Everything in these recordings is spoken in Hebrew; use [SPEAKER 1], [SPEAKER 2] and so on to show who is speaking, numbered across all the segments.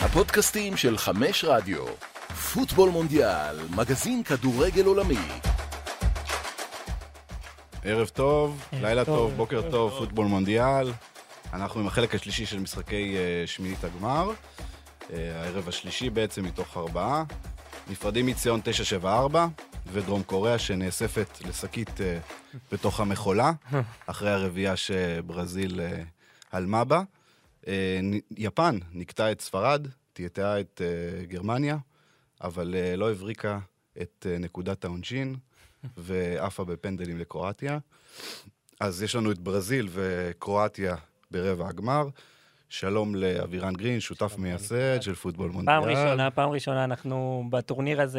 [SPEAKER 1] הפודקאסטים של 5 רדיו. פוטבול מונדיאל, מגזין כדורגל עולמי.
[SPEAKER 2] ערב טוב, לילה טוב, בוקר טוב, פוטבול מונדיאל. אנחנו עם החלק השלישי של משחקי שמינית הגמר. הערב השלישי בעצם מתוך 4. נפרדים מציון 974 ודרום קוריאה שנאספת לשקית בתוך המחולה, אחרי הרביעייה שברזיל הלמה בה. יפן נקטה את ספרד, תייתה את גרמניה, אבל לא הבריקה את נקודת העונשין, ואפה בפנדלים לקרואטיה. אז יש לנו את ברזיל וקרואטיה ברבע הגמר. שלום לאבירן גרין, שותף מייסד של פוטבול מונדיאל.
[SPEAKER 3] פעם ראשונה אנחנו בטורניר הזה,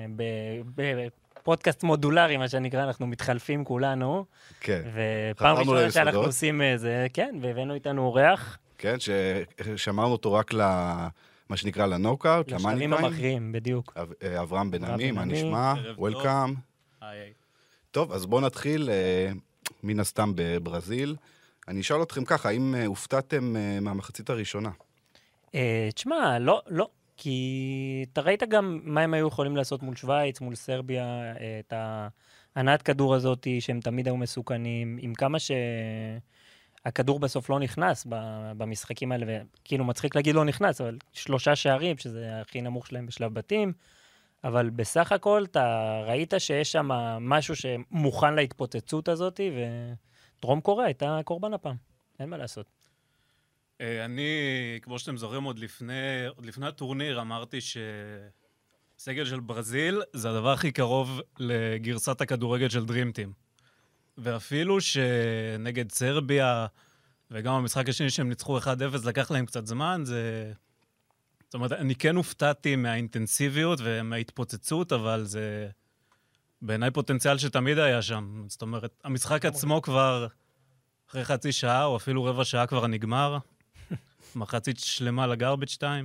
[SPEAKER 3] בפודקאסט מודולרי, מה שנקרא, אנחנו מתחלפים כולנו.
[SPEAKER 2] כן.
[SPEAKER 3] ופעם ראשונה שאנחנו עושים זה, כן, והבאנו איתנו אורח.
[SPEAKER 2] כן, ששמרנו אותו רק מה שנקרא לנוקאוט,
[SPEAKER 3] לשלבים המכריעים, בדיוק.
[SPEAKER 2] אברהם בן עמי, מה נשמע? וולקאם. טוב, אז בואו נתחיל מן הסתם בברזיל. אני אשאל אתכם ככה, האם הופתעתם מהמחצית הראשונה?
[SPEAKER 3] תשמע, לא, כי אתה ראית גם מה הם היו יכולים לעשות מול שוויץ, מול סרביה, את הענת כדור הזאת, שהם תמיד היו מסוכנים, עם כמה שהכדור בסוף לא נכנס במשחקים האלה, וכאילו מצחיק להגיד לא נכנס, אבל 3 שערים, שזה הכי נמוך שלהם בשלב בתים, אבל בסך הכל אתה ראית שיש שם משהו שמוכן להתפוצצות הזאת, ודרום קוריאה הייתה קורבן הפעם, אין מה לעשות.
[SPEAKER 4] אני, כמו שאתם זוכרים, עוד לפני הטורניר אמרתי שסגל של ברזיל זה הדבר הכי קרוב לגרסת הכדורגל של דרימטים. ואפילו שנגד סרביה, וגם המשחק השני שהם ניצחו 1-0, לקח להם קצת זמן, זאת אומרת, אני כן הופתעתי מהאינטנסיביות ומההתפוצצות, אבל זה בעיניי פוטנציאל שתמיד היה שם. זאת אומרת, המשחק עצמו כבר אחרי חצי שעה, או אפילו רבע שעה כבר נגמר. מחצית שלמה לגרבג' 2.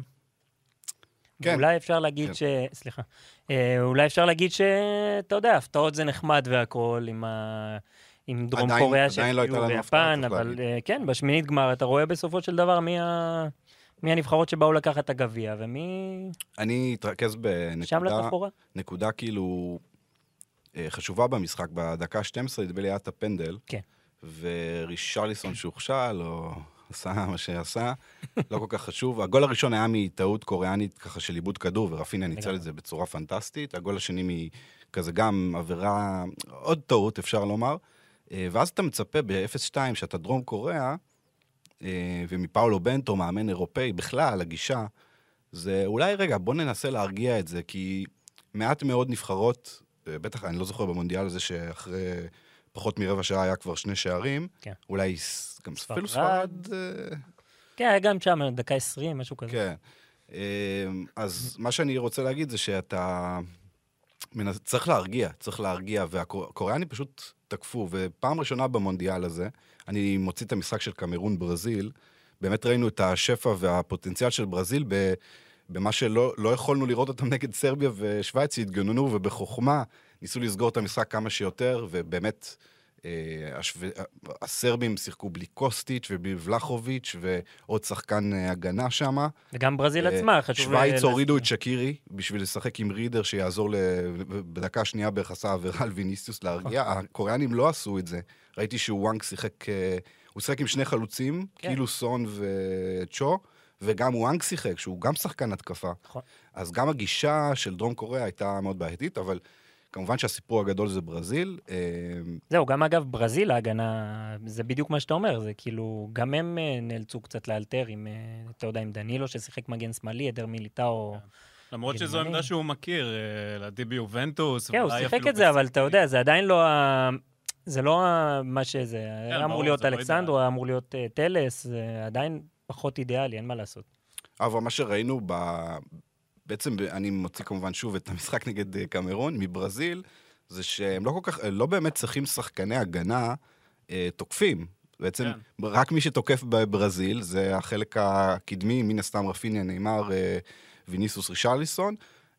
[SPEAKER 3] כן. אולי אפשר להגיד סליחה. אולי אפשר להגיד אתה יודע, הפתעות זה נחמד והכל, עם דרום קוריאה שהיו ביפן, אבל כן, בשמינית גמר אתה רואה בסופו של דבר מי הנבחרות שבאו לקחת את הגביע, ומי...
[SPEAKER 2] אני אתרכז בנקודה כאילו חשובה במשחק, בדקה 12 נדמה לי היה את הפנדל,
[SPEAKER 3] כן.
[SPEAKER 2] ורישרליסון שהוכשל, או עשה מה שעשה, לא כל כך חשוב. הגול הראשון היה מטעות קוריאנית, ככה של איבוד כדור, ורפיניה ניצל את זה בצורה פנטסטית. הגול השני מכזה גם עבירה, עוד טעות אפשר לומר, ואז אתה מצפה ב-0-2 שאתה דרום קוריאה, ומפאולו בנטו, מאמן אירופאי, בכלל, הגישה, זה אולי רגע, בוא ננסה להרגיע את זה, כי מעט מאוד נבחרות, בטח אני לא זוכר במונדיאל הזה שאחרי פחות מרבע שעה היה כבר 2 שערים,
[SPEAKER 3] כן.
[SPEAKER 2] אולי גם אפילו ספרד.
[SPEAKER 3] כן, היה גם שם, דקה 20, משהו כזה.
[SPEAKER 2] כן. אז מה שאני רוצה להגיד זה שאתה צריך להרגיע, והקוריאנים פשוט תקפו, ופעם ראשונה במונדיאל הזה, אני מוציא את המשחק של קמרון ברזיל, באמת ראינו את השפע והפוטנציאל של ברזיל במה שלא יכולנו לראות אותם נגד סרביה ושוויץ, התגוננו ובחוכמה ניסו לסגור את המשחק כמה שיותר, ובאמת הסרבים שיחקו בלי קוסטיץ' ובלי ולחוביץ' ועוד שחקן הגנה שם.
[SPEAKER 3] וגם ברזיל עצמה, חשוב...
[SPEAKER 2] שוויץ הורידו את שקירי בשביל לשחק עם רידר שיעזור בדקה השנייה בערך עשה עבירה על ויניסיוס להרגיע. הקוריאנים לא עשו את זה. ראיתי שוואנג שיחק, הוא שיחק עם 2 חלוצים, כאילו סון וצ'ו, וגם וואנג שיחק, שהוא גם שחקן התקפה. אז גם הגישה של דרום קוריאה הייתה מאוד בעייתית, אבל כמובן שהסיפור הגדול זה ברזיל.
[SPEAKER 3] זהו, גם אגב, ברזיל ההגנה, זה בדיוק מה שאתה אומר, זה כאילו, גם הם נאלצו קצת לאלתר עם, אתה יודע, עם דנילו ששיחק מגן שמאלי, עדר מיליטאו.
[SPEAKER 4] למרות שזו עמדה שהוא מכיר, לדיבי יובנטוס.
[SPEAKER 3] כן, הוא שיחק את זה, אבל אתה יודע, זה עדיין לא זה לא מה שזה, היה אמור להיות אלכסנדרו, היה אמור להיות טלס, זה עדיין פחות אידיאלי, אין מה לעשות.
[SPEAKER 2] אבל מה שראינו בעצם אני מוציא כמובן שוב את המשחק נגד קמרון מברזיל, זה שהם לא באמת צריכים שחקני הגנה תוקפים. בעצם רק מי שתוקף בברזיל, זה החלק הקדמי, מן הסתם רפיניה, ניימר, ויניסוס, רישרליסון,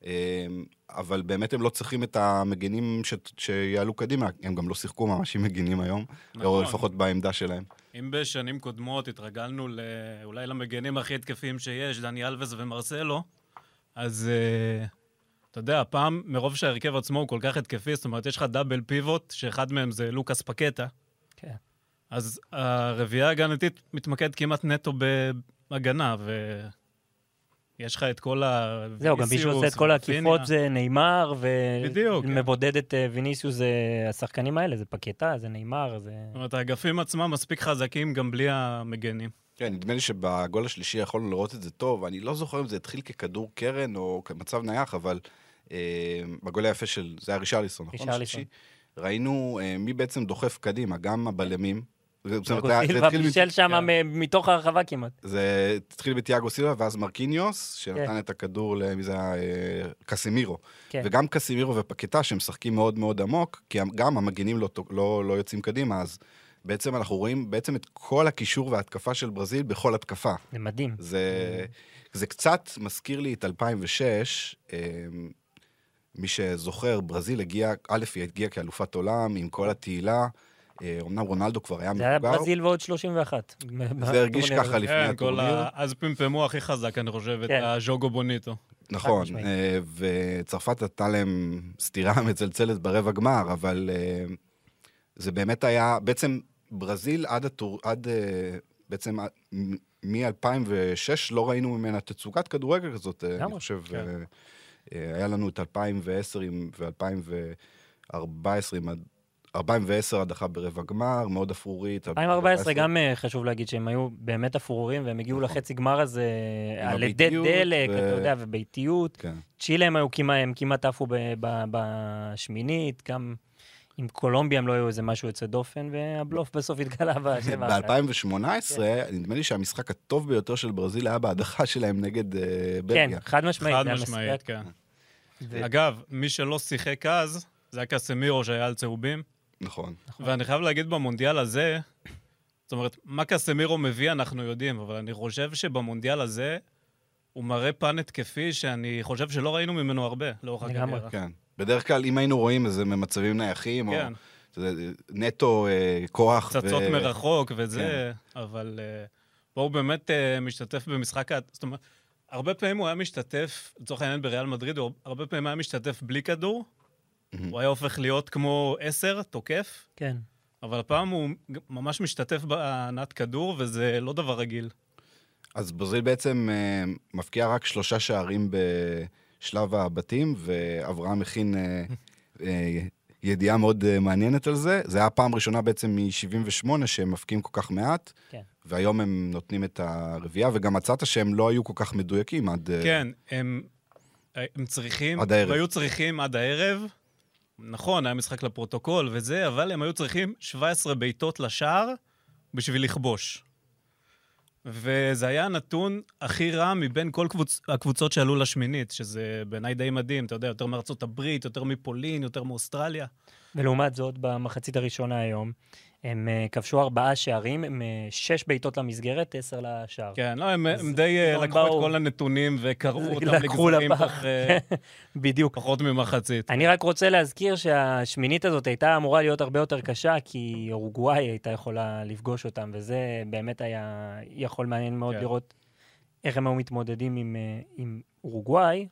[SPEAKER 2] אבל באמת הם לא צריכים את המגינים שיעלו קדימה, הם גם לא שיחקו ממש עם מגינים היום, או לפחות בעמדה שלהם.
[SPEAKER 4] אם בשנים קודמות התרגלנו אולי למגנים הכי התקפיים שיש, דני אלבס ומרסלו, אז אתה יודע, הפעם מרוב שהרכב עצמו הוא כל כך התקפי, זאת אומרת, יש לך דאבל פיבוט, שאחד מהם זה לוקאס פקטה.
[SPEAKER 3] כן.
[SPEAKER 4] אז הרביעייה ההגנתית מתמקד כמעט נטו בהגנה, יש לך את כל
[SPEAKER 3] זהו, גם מישהו עושה את כל העקיפות זה ניימר,
[SPEAKER 4] בדיוק,
[SPEAKER 3] ומבודד את ויניסיוס זה השחקנים האלה, זה פקטה, זה ניימר, זה...
[SPEAKER 4] זאת אומרת, האגפים עצמם מספיק חזקים גם בלי המגנים.
[SPEAKER 2] כן, נדמה לי שבגול השלישי יכולנו לראות את זה טוב, אני לא זוכר אם זה התחיל ככדור קרן או כמצב נייח, אבל בגול היפה של, זה היה רישרליסון, נכון? ראינו מי בעצם דוחף קדימה, גם הבלמים,
[SPEAKER 3] סילבה בישל שם מתוך הרחבה כמעט.
[SPEAKER 2] זה התחיל בתיאגו סילבה, ואז מרקיניוס, שנתן את הכדור למי זה קסימירו. וגם קסימירו ופקטה, שהם משחקים מאוד מאוד עמוק, כי גם המגינים לא יוצאים קדימה, אז בעצם אנחנו רואים בעצם את כל הקישור וההתקפה של ברזיל בכל התקפה.
[SPEAKER 3] זה מדהים.
[SPEAKER 2] זה קצת מזכיר לי את 2006, מי שזוכר, ברזיל הגיע כאלופת עולם, עם כל התהילה, אמנם רונלדו כבר היה מבוגר.
[SPEAKER 3] זה היה ברזיל ועוד 31.
[SPEAKER 2] זה הרגיש ככה לפני הטורניר.
[SPEAKER 4] אז פמפמו הכי חזק, אני חושב, את הז'וגו בוניטו.
[SPEAKER 2] נכון, וצרפת נתנה להם סתירה מצלצלת ברבע גמר, אבל זה באמת היה, בעצם ברזיל עד בעצם מ-2006 לא ראינו ממנה תצוגת כדורגל כזאת, אני חושב, היה לנו את 2010 ו-2014 עם 2010 הדחה ברבע גמר, מאוד אפרורית.
[SPEAKER 3] 2014 גם חשוב להגיד שהם היו באמת אפרורים, והם הגיעו לחצי גמר הזה על ידי דלק, אתה יודע, וביתיות. צ'ילה הם כמעט עפו בשמינית, גם עם קולומביה הם לא היו איזה משהו יוצא דופן, והבלוף בסוף התגלה בשבע.
[SPEAKER 2] ב-2018, נדמה לי שהמשחק הטוב ביותר של ברזיל היה בהדחה שלהם נגד בלגיה.
[SPEAKER 3] כן, חד משמעית.
[SPEAKER 4] חד משמעית, כן. אגב, מי שלא שיחק אז, זה היה קסמירו שהיה על צהובים.
[SPEAKER 2] נכון.
[SPEAKER 4] ואני חייב להגיד במונדיאל הזה, זאת אומרת, מה קסמירו מביא אנחנו יודעים, אבל אני חושב שבמונדיאל הזה, הוא מראה פן התקפי שאני חושב שלא ראינו ממנו הרבה, לאורך הקריירה.
[SPEAKER 2] כן. בדרך כלל, אם היינו רואים איזה ממצבים נייחים, או נטו כוח.
[SPEAKER 4] פצצות מרחוק וזה, אבל הוא באמת משתתף במשחק, זאת אומרת, הרבה פעמים הוא היה משתתף, לצורך העניין בריאל מדריד, הרבה פעמים היה משתתף בלי כדור, הוא היה הופך להיות כמו 10, תוקף.
[SPEAKER 3] כן.
[SPEAKER 4] אבל הפעם הוא ממש משתתף בענת כדור, וזה לא דבר רגיל.
[SPEAKER 2] אז ברזיל בעצם מפקיע רק 3 שערים בשלב הבתים, ואברהם מכין ידיעה מאוד מעניינת על זה. זה היה הפעם ראשונה בעצם מ-78 שהם מפקיעים כל כך מעט, כן. והיום הם נותנים את הרביעייה, וגם מצאת שהם לא היו כל כך מדויקים עד...
[SPEAKER 4] כן, הם צריכים,
[SPEAKER 2] עד הערב.
[SPEAKER 4] והיו צריכים עד הערב, נכון, היה משחק לפרוטוקול וזה, אבל הם היו צריכים 17 בעיטות לשער בשביל לכבוש. וזה היה הנתון הכי רע מבין כל הקבוצות שעלו לשמינית, שזה בעיניי די מדהים, אתה יודע, יותר מארצות הברית, יותר מפולין, יותר מאוסטרליה.
[SPEAKER 3] ולעומת זאת, במחצית הראשונה היום, הם כבשו 4 שערים, הם 6 בעיטות למסגרת, 10 לשער.
[SPEAKER 4] כן, לא, הם די לקחו את כל הנתונים וקראו אותם לגזרים תוך
[SPEAKER 3] בדיוק.
[SPEAKER 4] פחות ממחצית.
[SPEAKER 3] אני רק רוצה להזכיר שהשמינית הזאת הייתה אמורה להיות הרבה יותר קשה, כי אורוגוואי הייתה יכולה לפגוש אותם, וזה באמת היה יכול מעניין מאוד לראות איך הם היו מתמודדים עם אורוגוואי.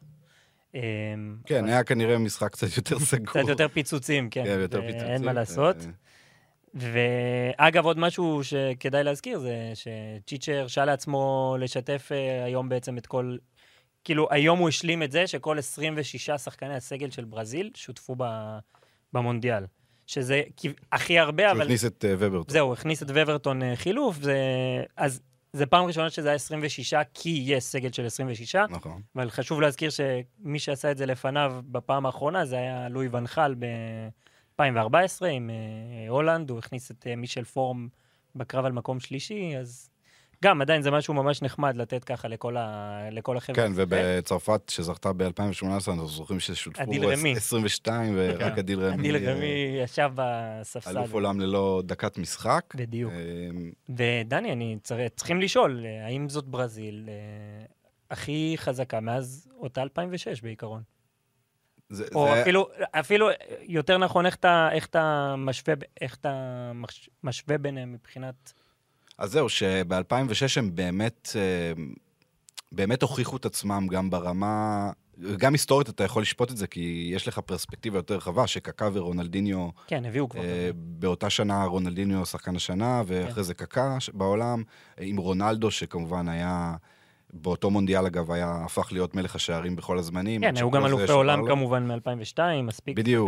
[SPEAKER 2] כן, היה כנראה משחק קצת יותר סגור.
[SPEAKER 3] קצת יותר פיצוצים, כן. אין מה לעשות. ואגב, עוד משהו שכדאי להזכיר, זה שצ'יצ'ה הרשה לעצמו לשתף היום בעצם את כל... כאילו, היום הוא השלים את זה שכל 26 שחקני הסגל של ברזיל שותפו במונדיאל. שזה הכי הרבה, אבל...
[SPEAKER 2] הוא הכניס את וברטון.
[SPEAKER 3] זהו, הכניס את וברטון חילוף, אז זה פעם ראשונה שזה היה 26, כי יש סגל של 26.
[SPEAKER 2] נכון.
[SPEAKER 3] אבל חשוב להזכיר שמי שעשה את זה לפניו בפעם האחרונה, זה היה לואי ונחל ב-2014 עם הולנד, הוא הכניס את מישל פורם בקרב על מקום שלישי, אז גם עדיין זה משהו ממש נחמד לתת ככה לכל החבר'ה.
[SPEAKER 2] כן, ובצרפת שזכתה ב-2018, אנחנו זוכרים ששותפו 22, ורק אדיל רמי...
[SPEAKER 3] אדיל רמי ישב בספסל.
[SPEAKER 2] אלוף עולם ללא דקת משחק.
[SPEAKER 3] בדיוק. ודני, צריכים לשאול, האם זאת ברזיל הכי חזקה מאז אותה 2006 בעיקרון? או אפילו יותר נכון, איך אתה משווה ביניהם מבחינת...
[SPEAKER 2] אז זהו, שב-2006 הם באמת הוכיחו את עצמם גם ברמה, גם היסטורית אתה יכול לשפוט את זה, כי יש לך פרספקטיבה יותר רחבה, שקקה ורונלדיניו...
[SPEAKER 3] כן, הביאו כבר.
[SPEAKER 2] באותה שנה רונלדיניו שחקן השנה, ואחרי זה קקה בעולם, עם רונלדו, שכמובן היה... באותו מונדיאל, אגב, הפך להיות מלך השערים בכל הזמנים.
[SPEAKER 3] כן, הוא גם אלופי עולם כמובן מ-2002, מספיק.
[SPEAKER 2] בדיוק,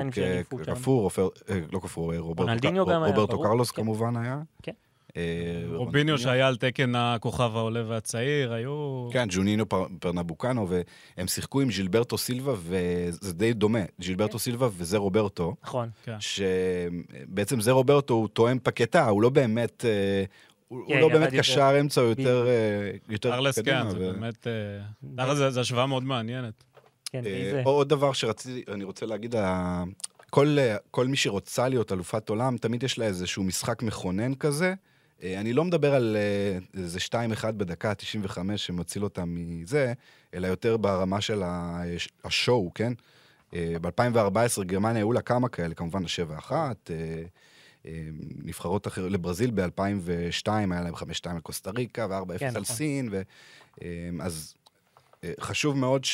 [SPEAKER 2] רוברטו קרלוס כמובן היה.
[SPEAKER 3] כן.
[SPEAKER 4] רוביניו שהיה על תקן הכוכב העולה והצעיר, היו...
[SPEAKER 2] כן, ג'ונינו פרנבוקנו, והם שיחקו עם ג'ילברטו סילבה, וזה די דומה, ג'ילברטו סילבה וזה רוברטו.
[SPEAKER 3] נכון.
[SPEAKER 2] שבעצם זה רוברטו, הוא תואם פקטה, הוא לא באמת... הוא לא באמת קשר אמצע, הוא יותר
[SPEAKER 4] קדימה. זה באמת... זו השוואה מאוד מעניינת.
[SPEAKER 2] עוד דבר שאני רוצה להגיד, כל מי שרוצה להיות אלופת עולם, תמיד יש לה איזשהו משחק מכונן כזה. אני לא מדבר על איזה 2-1 בדקה 95 שמציל אותם מזה, אלא יותר ברמה של השואו, כן? ב-2014 גרמניה היו לה כמה כאלה, כמובן 7-1, נבחרות אחרות לברזיל ב-2002, היה להם 5-2 על קוסטה ריקה ו-4-0 על סין, אז חשוב מאוד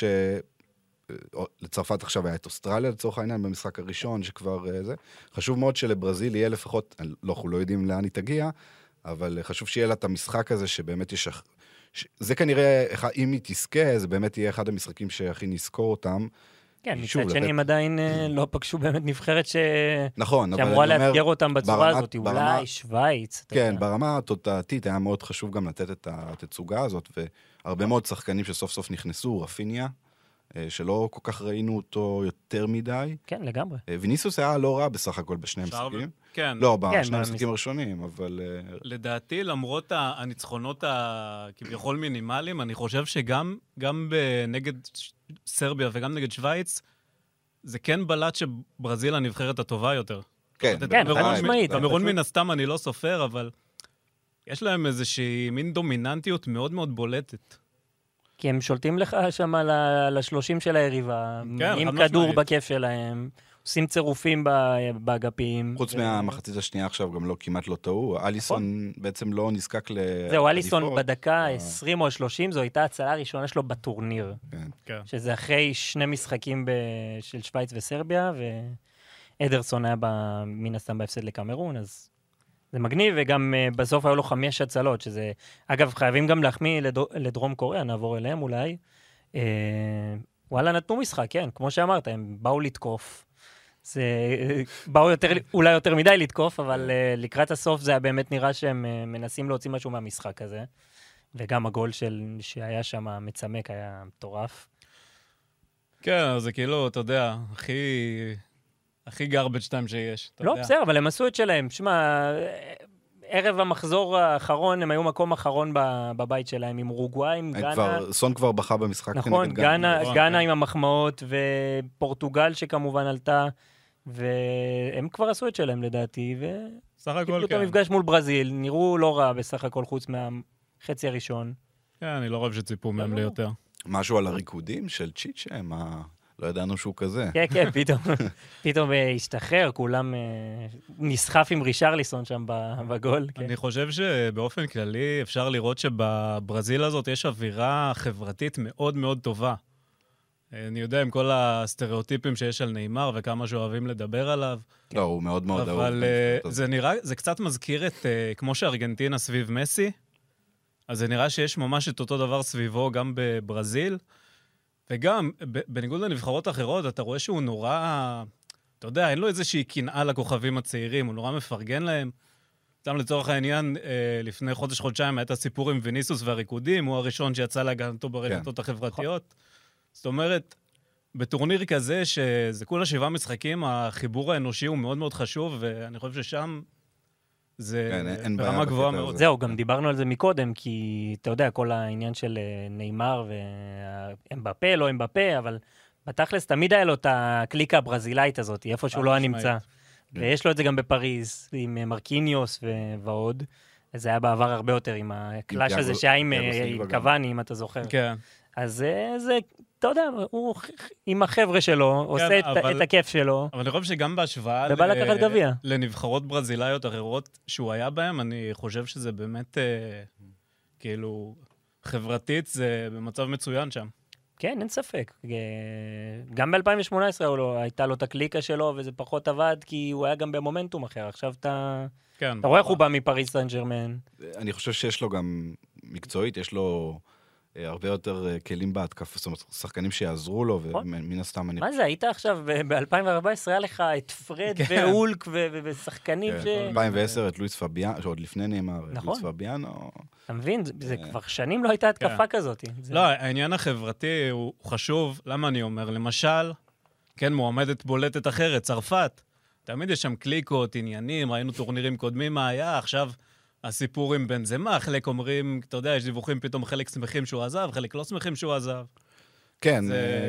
[SPEAKER 2] לצרפת עכשיו היה את אוסטרליה לצורך העניין במשחק הראשון שכבר זה, חשוב מאוד שלברזיל יהיה לפחות, אנחנו לא יודעים לאן היא תגיע, אבל חשוב שיהיה לה את המשחק הזה שבאמת יש, זה כנראה, אם היא תזכה, זה באמת יהיה אחד המשחקים שהכי נזכור אותם,
[SPEAKER 3] כן, מצד שני הם עדיין לא פגשו באמת נבחרת
[SPEAKER 2] נכון,
[SPEAKER 3] שאמורה לאתגר אותם בצורה הזאת, אולי שוויץ.
[SPEAKER 2] כן, ברמה התותעתית היה מאוד חשוב גם לתת את התצוגה הזאת, והרבה מאוד שחקנים שסוף סוף נכנסו, רפיניה, שלא כל כך ראינו אותו יותר מדי.
[SPEAKER 3] כן, לגמרי.
[SPEAKER 2] ויניסיוס היה לא רע בסך הכל בשני המשחקים.
[SPEAKER 4] כן.
[SPEAKER 2] לא, בשני המשחקים הראשונים, אבל...
[SPEAKER 4] לדעתי, למרות הניצחונות הכביכול מינימליים, אני חושב שגם נגד סרביה וגם נגד שוויץ, זה כן בלט שברזיל הנבחרת הטובה יותר.
[SPEAKER 2] כן,
[SPEAKER 3] חד משמעית.
[SPEAKER 4] קמרון מן הסתם אני לא סופר, אבל יש להם איזושהי מין דומיננטיות מאוד מאוד בולטת.
[SPEAKER 3] כי הם שולטים לך שם ל-30 של היריבה, עם כדור בכיף שלהם, עושים צירופים באגפים.
[SPEAKER 2] חוץ מהמחצית השנייה עכשיו גם כמעט לא טעו, אליסון בעצם לא נזקק
[SPEAKER 3] זהו, אליסון בדקה 20 או 30, זו הייתה הצלה הראשונה שלו בטורניר. שזה אחרי 2 משחקים של שוויץ וסרביה, ואדרסון היה מן הסתם בהפסד לקמרון, אז... זה מגניב, וגם בסוף היו לו 5 הצלות, שזה... אגב, חייבים גם להחמיא לדרום קוריאה, נעבור אליהם אולי. וואלה, נתנו משחק, כן, כמו שאמרת, הם באו לתקוף. באו אולי יותר מדי לתקוף, אבל לקראת הסוף זה היה באמת נראה שהם מנסים להוציא משהו מהמשחק הזה. וגם הגול שהיה שם מצמק היה מטורף.
[SPEAKER 4] כן, זה כאילו, אתה יודע, הכי garbage time שיש.
[SPEAKER 3] לא, בסדר, אבל הם עשו את שלהם. שמה, ערב המחזור האחרון, הם היו מקום אחרון בבית שלהם, עם אורוגוואי, עם גאנה.
[SPEAKER 2] סון כבר בחה במשחק.
[SPEAKER 3] נכון, גאנה עם המחמאות, ופורטוגל שכמובן עלתה, והם כבר עשו את שלהם לדעתי, וקיבלו את המפגש מול ברזיל, נראו לא רע בסך הכל חוץ מהחצי הראשון.
[SPEAKER 4] כן, אני לא אוהב שציפו מהם ליותר.
[SPEAKER 2] משהו על הריקודים של צ'יצ'ה, לא ידענו שהוא כזה.
[SPEAKER 3] כן, כן, פתאום השתחרר, כולם נסחף עם רישרליסון שם בגול.
[SPEAKER 4] אני חושב שבאופן כללי אפשר לראות שבברזיל הזאת יש אווירה חברתית מאוד מאוד טובה. אני יודע עם כל הסטריאוטיפים שיש על ניימר וכמה שאוהבים לדבר עליו.
[SPEAKER 2] לא, הוא מאוד מאוד אהוב.
[SPEAKER 4] אבל זה קצת מזכיר את, כמו שארגנטינה סביב מסי, אז זה נראה שיש ממש את אותו דבר סביבו גם בברזיל, וגם, בניגוד לנבחרות אחרות, אתה רואה שהוא נורא, אתה יודע, אין לו איזושהי קנאה לכוכבים הצעירים, הוא נורא מפרגן להם. גם לצורך העניין, לפני חודש-חודשיים היה את הסיפור עם ויניסוס והריקודים, הוא הראשון שיצא להגנתו ברשתות החברתיות. זאת אומרת, בטורניר כזה, שזה כולה 7 משחקים, החיבור האנושי הוא מאוד מאוד חשוב, ואני חושב ששם זה ברמה גבוהה מאוד.
[SPEAKER 3] זהו, גם דיברנו על זה מקודם, כי אתה יודע, כל העניין של ניימר ואמבפה, לא אמבפה, אבל בתכלס תמיד היה לו את הקליקה הברזילאית הזאת, איפה שהוא לא נמצא. ויש לו את זה גם בפריז, עם מרקיניוס ועוד. זה היה בעבר הרבה יותר עם הקלאש הזה שהיה עם קוואני, אם אתה זוכר.
[SPEAKER 4] כן.
[SPEAKER 3] אז זה, אתה יודע, הוא עם החבר'ה שלו, עושה את הכיף שלו.
[SPEAKER 4] אבל אני חושב שגם בהשוואה
[SPEAKER 3] ובא לקחת גביע.
[SPEAKER 4] לנבחרות ברזילאיות אחרות שהוא היה בהן, אני חושב שזה באמת, כאילו, חברתית, זה במצב מצוין שם.
[SPEAKER 3] כן, אין ספק. גם ב-2018 הייתה לו את הקליקה שלו, וזה פחות עבד, כי הוא היה גם במומנטום אחר. עכשיו אתה רואה איך הוא בא מפריס סן ז'רמן.
[SPEAKER 2] אני חושב שיש לו גם מקצועית, יש לו הרבה יותר כלים בהתקפה, זאת אומרת, שחקנים שיעזרו לו, ומן הסתם אני...
[SPEAKER 3] מה זה, היית עכשיו, ב-2014 היה לך את פרד ואולק ושחקנים ש...
[SPEAKER 2] 2010 את לואיס פביאנו, שעוד לפני נאמר, את לואיס פביאנו.
[SPEAKER 3] אתה מבין, זה כבר שנים לא הייתה התקפה כזאת.
[SPEAKER 4] לא, העניין החברתי הוא חשוב, למה אני אומר? למשל, כן, מועמדת בולטת אחרת, צרפת. תמיד יש שם קליקות, עניינים, ראינו טורנירים קודמים מה היה, עכשיו... הסיפור עם בנזמה, חלק אומרים, אתה יודע, יש דיווחים פתאום, חלק שמחים שהוא עזב, חלק לא שמחים שהוא עזב.
[SPEAKER 2] כן,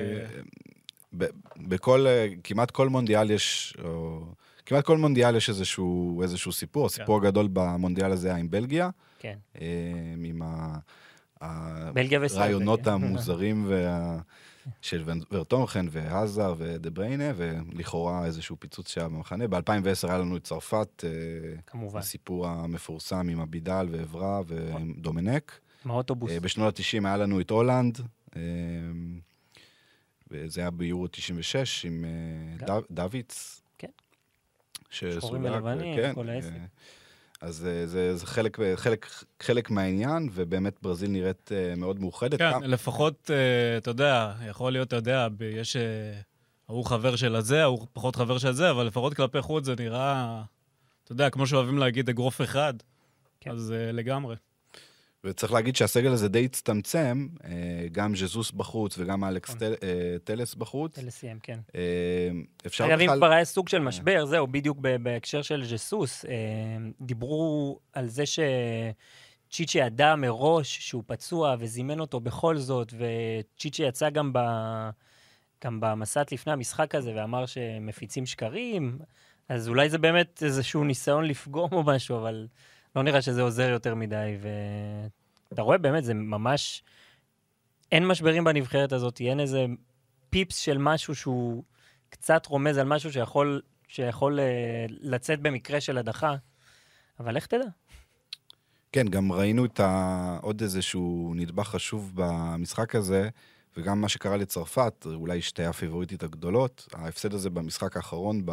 [SPEAKER 2] כמעט כל מונדיאל יש, כמעט כל מונדיאל יש איזשהו סיפור. הסיפור הגדול במונדיאל הזה היה עם בלגיה.
[SPEAKER 3] כן.
[SPEAKER 2] עם
[SPEAKER 3] הרעיונות
[SPEAKER 2] המוזרים של ורטונחן והזר ודבריינה, ולכאורה איזשהו פיצוץ שהיה במחנה. ב-2010 היה לנו את צרפת, הסיפור המפורסם עם אבידל ועברה ודומנק.
[SPEAKER 3] מהאוטובוס.
[SPEAKER 2] בשנות ה-90 היה לנו את הולנד, וזה היה ביורו 96 עם דוויץ.
[SPEAKER 3] כן.
[SPEAKER 2] שחורים
[SPEAKER 3] ולבנים, כל העסק.
[SPEAKER 2] אז זה חלק מהעניין, ובאמת ברזיל נראית מאוד מאוחדת.
[SPEAKER 4] כן, לפחות, אתה יודע, יכול להיות, אתה יודע, יש, הוא חבר של הזה, הוא פחות חבר של זה, אבל לפחות כלפי חוץ זה נראה, אתה יודע, כמו שאוהבים להגיד, אגרוף אחד, אז לגמרי.
[SPEAKER 2] וצריך להגיד שהסגל הזה די הצטמצם, גם ז'זוס בחוץ וגם אלכס טלס בחוץ.
[SPEAKER 3] טלסיים, כן.
[SPEAKER 2] אפשר
[SPEAKER 3] אגב, אם כבר היה סוג של משבר, זהו, בדיוק בהקשר של ז'סוס, דיברו על זה שצ'יצ'י ידע מראש שהוא פצוע וזימן אותו בכל זאת, וצ'יצ'י יצא גם במסעת לפני המשחק הזה ואמר שמפיצים שקרים, אז אולי זה באמת איזשהו ניסיון לפגום או משהו, אבל... לא נראה שזה עוזר יותר מדי, ואתה רואה באמת, זה ממש... אין משברים בנבחרת הזאת, אין איזה פיפס של משהו שהוא קצת רומז על משהו שיכול לצאת במקרה של הדחה, אבל איך תדע?
[SPEAKER 2] כן, גם ראינו עוד איזשהו נדבך חשוב במשחק הזה, וגם מה שקרה לצרפת, אולי שתי הפיבוריטית הגדולות, ההפסד הזה במשחק האחרון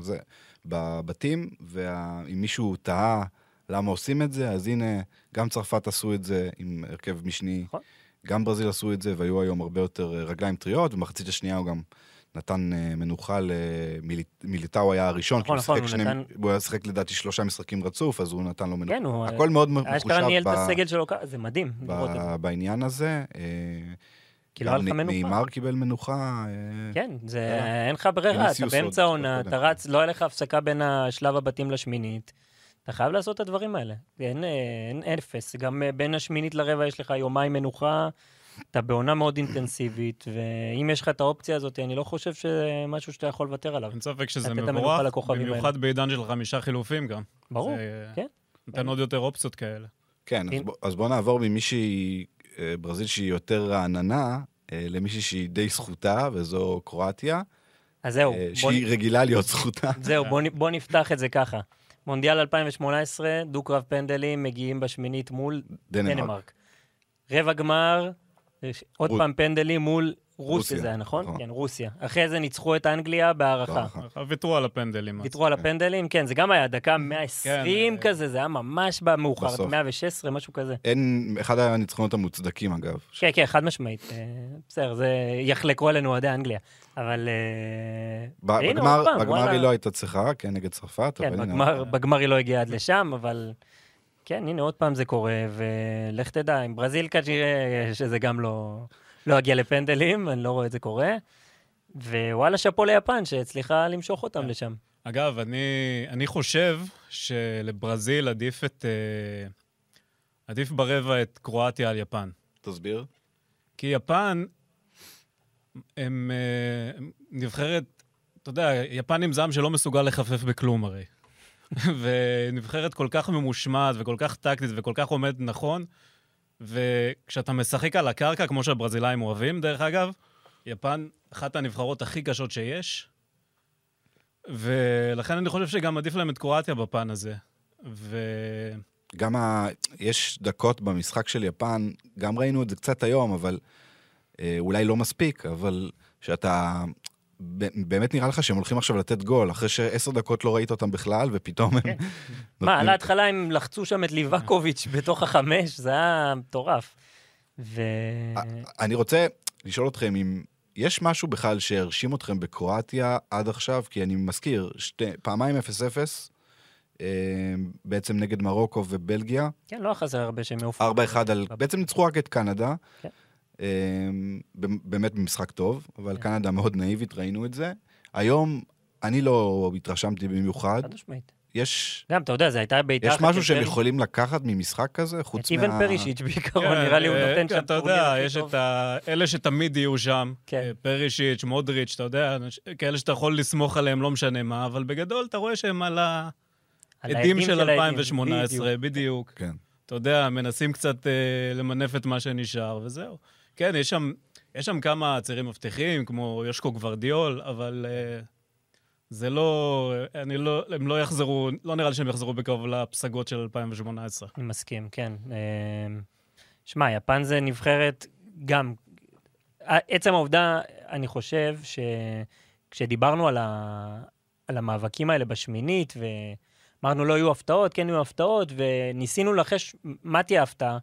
[SPEAKER 2] בבתים, ואם מישהו טעה, למה עושים את זה? אז הנה, גם צרפת עשו את זה עם הרכב משני, גם ברזיל עשו את זה, והיו היום הרבה יותר רגליים טריות, ומחצית השנייה הוא גם נתן מנוחה מיליטאו היה הראשון, כי הוא היה שחק לדעתי 3 משחקים רצוף, אז הוא נתן לו מנוחה. הכל מאוד מחושב
[SPEAKER 3] ניהל את הסגל שלו, זה מדהים.
[SPEAKER 2] בעניין הזה, גם נאמר קיבל מנוחה.
[SPEAKER 3] כן, אין לך ברירה, אתה באמצע העונה, אתה רץ, לא היה לך הפסקה בין השלב הבתים לשמינית, אתה חייב לעשות את הדברים האלה. אין אפס. גם בין השמינית לרבע יש לך יומיים מנוחה, אתה בעונה מאוד אינטנסיבית, ואם יש לך את האופציה הזאת, אני לא חושב שמשהו שאתה יכול לוותר עליו.
[SPEAKER 4] אין ספק שזה מבורך, במיוחד בעידן של 5 חילופים גם.
[SPEAKER 3] ברור, כן.
[SPEAKER 4] נתן עוד יותר אופציות כאלה.
[SPEAKER 2] כן, אז בוא נעבור ממישהי, ברזיל שהיא יותר רעננה, למישהי שהיא די זכותה, וזו קרואטיה.
[SPEAKER 3] אז זהו.
[SPEAKER 2] שהיא רגילה להיות זכותה.
[SPEAKER 3] זהו, בוא נפתח את זה ככה. מונדיאל 2018, דו-קרב פנדלים, מגיעים בשמינית מול דנמרק. רבע גמר, עוד פעם פנדלים מול רוסיה, זה היה נכון? כן, רוסיה. אחרי זה ניצחו את אנגליה בהערכה.
[SPEAKER 4] ויתרו על הפנדלים.
[SPEAKER 3] ויתרו על הפנדלים, כן, זה גם היה דקה 120 כזה, זה היה ממש במאוחר, 116, משהו כזה.
[SPEAKER 2] אחד הניצחונות המוצדקים, אגב.
[SPEAKER 3] כן, כן, חד משמעית. בסדר, זה יחלקו עלינו אוהדי אנגליה. אבל...
[SPEAKER 2] בגמר היא לא הייתה צריכה, כן, נגד צרפת.
[SPEAKER 3] כן, בגמר היא לא הגיעה עד לשם, אבל... כן, הנה, עוד פעם זה קורה, ולך תדע, עם ברזיל כנראה שזה גם לא הגיע לפנדלים, אני לא רואה את זה קורה, ווואלה, שפו ליפן שהצליחה למשוך אותם לשם.
[SPEAKER 4] אגב, אני חושב שלברזיל עדיף ברבע את קרואטיה על יפן.
[SPEAKER 2] תסביר.
[SPEAKER 4] כי יפן, הם נבחרת, אתה יודע, יפנים זעם שלא מסוגל לחפף בכלום הרי. ונבחרת כל כך ממושמעת וכל כך טקטית וכל כך עומדת נכון, וכשאתה משחק על הקרקע, כמו שהברזילאים אוהבים, דרך אגב, יפן, אחת הנבחרות הכי קשות שיש, ולכן אני חושב שגם עדיף להם את קרואטיה בפן הזה.
[SPEAKER 2] גם יש דקות במשחק של יפן, גם ראינו את זה קצת היום, אבל אולי לא מספיק, אבל שאתה באמת נראה לך שהם הולכים עכשיו לתת גול, אחרי ש10 דקות לא ראית אותם בכלל, ופתאום הם...
[SPEAKER 3] מה, על ההתחלה הם לחצו שם את ליבקוביץ' בתוך 5, זה היה מטורף.
[SPEAKER 2] אני רוצה לשאול אתכם אם יש משהו בכלל שהרשים אתכם בקרואטיה עד עכשיו, כי אני מזכיר, פעמיים 0-0, בעצם נגד מרוקו ובלגיה.
[SPEAKER 3] כן, לא חסר הרבה שהם יופו.
[SPEAKER 2] 4-1, בעצם ניצחו רק את קנדה.
[SPEAKER 3] כן.
[SPEAKER 2] באמת במשחק טוב, אבל קנדה מאוד נאיבית, ראינו את זה. היום אני לא התרשמתי במיוחד.
[SPEAKER 3] חד משמעית.
[SPEAKER 2] יש...
[SPEAKER 3] גם, אתה יודע, זה הייתה בעיטה...
[SPEAKER 2] יש משהו שהם יכולים לקחת ממשחק כזה, חוץ מה...
[SPEAKER 3] איבן פרישיץ' בעיקרון, נראה לי הוא נותן שם...
[SPEAKER 4] אתה יודע, יש את אלה שתמיד יהיו שם, פרישיץ', מודריץ', אתה יודע, כאלה שאתה יכול לסמוך עליהם, לא משנה מה, אבל בגדול אתה רואה שהם על העדים של 2018, בדיוק.
[SPEAKER 2] כן.
[SPEAKER 4] אתה יודע, מנסים קצת למנף את מה שנשאר, וזהו. כן, יש שם כמה צעירים מבטיחים, כמו יושקו גוורדיול, אבל זה לא, הם לא יחזרו, לא נראה לי שהם יחזרו בקרוב לפסגות של 2018.
[SPEAKER 3] אני מסכים, כן. שמע, יפן זה נבחרת גם, עצם העובדה, אני חושב שכשדיברנו על המאבקים האלה בשמינית, ואמרנו לא יהיו הפתעות, כן יהיו הפתעות, וניסינו לחש מה תהיה הפתעה,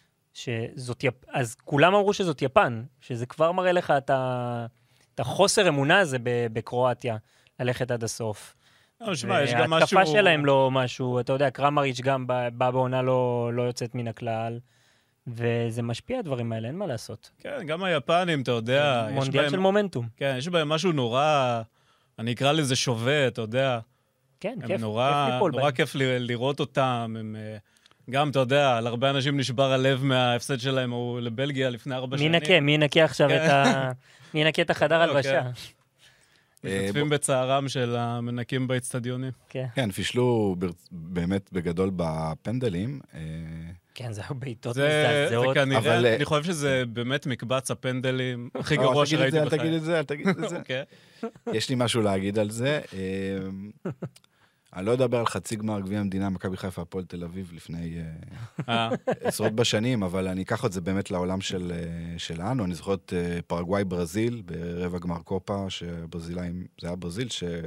[SPEAKER 3] אז כולם אמרו שזאת יפן, שזה כבר מראה לך את החוסר אמונה הזה בקרואטיה, ללכת עד הסוף.
[SPEAKER 4] שמע, יש גם משהו...
[SPEAKER 3] ההתקפה שלהם לא משהו, אתה יודע, קרמריץ' גם בא בעונה לא יוצאת מן הכלל, וזה משפיע הדברים האלה, אין מה לעשות.
[SPEAKER 4] כן, גם היפנים, אתה יודע...
[SPEAKER 3] מונדיאל של מומנטום.
[SPEAKER 4] כן, יש בהם משהו נורא, אני אקרא לזה שווה, אתה יודע.
[SPEAKER 3] כן, כיף
[SPEAKER 4] ליפול בהם. נורא כיף לראות אותם, הם... גם, אתה יודע, על הרבה אנשים נשבר הלב מההפסד שלהם, הוא לבלגיה לפני 4 שנים.
[SPEAKER 3] מי ינקה עכשיו מי ינקה את החדר הלבשה?
[SPEAKER 4] משתתפים בצערם של המנקים באצטדיונים.
[SPEAKER 2] כן, פישלו באמת בגדול בפנדלים.
[SPEAKER 3] כן, זה היו בעיטות מזעזעות.
[SPEAKER 4] אני חושב שזה באמת מקבץ הפנדלים הכי גרוע שראיתי
[SPEAKER 2] בחיי. אל תגיד את זה. יש לי משהו להגיד על זה. אני לא אדבר על חצי גמר גביע המדינה, מכבי חיפה הפועל תל אביב לפני עשרות בשנים, אבל אני אקח את זה באמת לעולם שלנו. אני זוכר את פרגוואי ברזיל, ברבע גמר קופה, שהברזילאים, זה היה ברזיל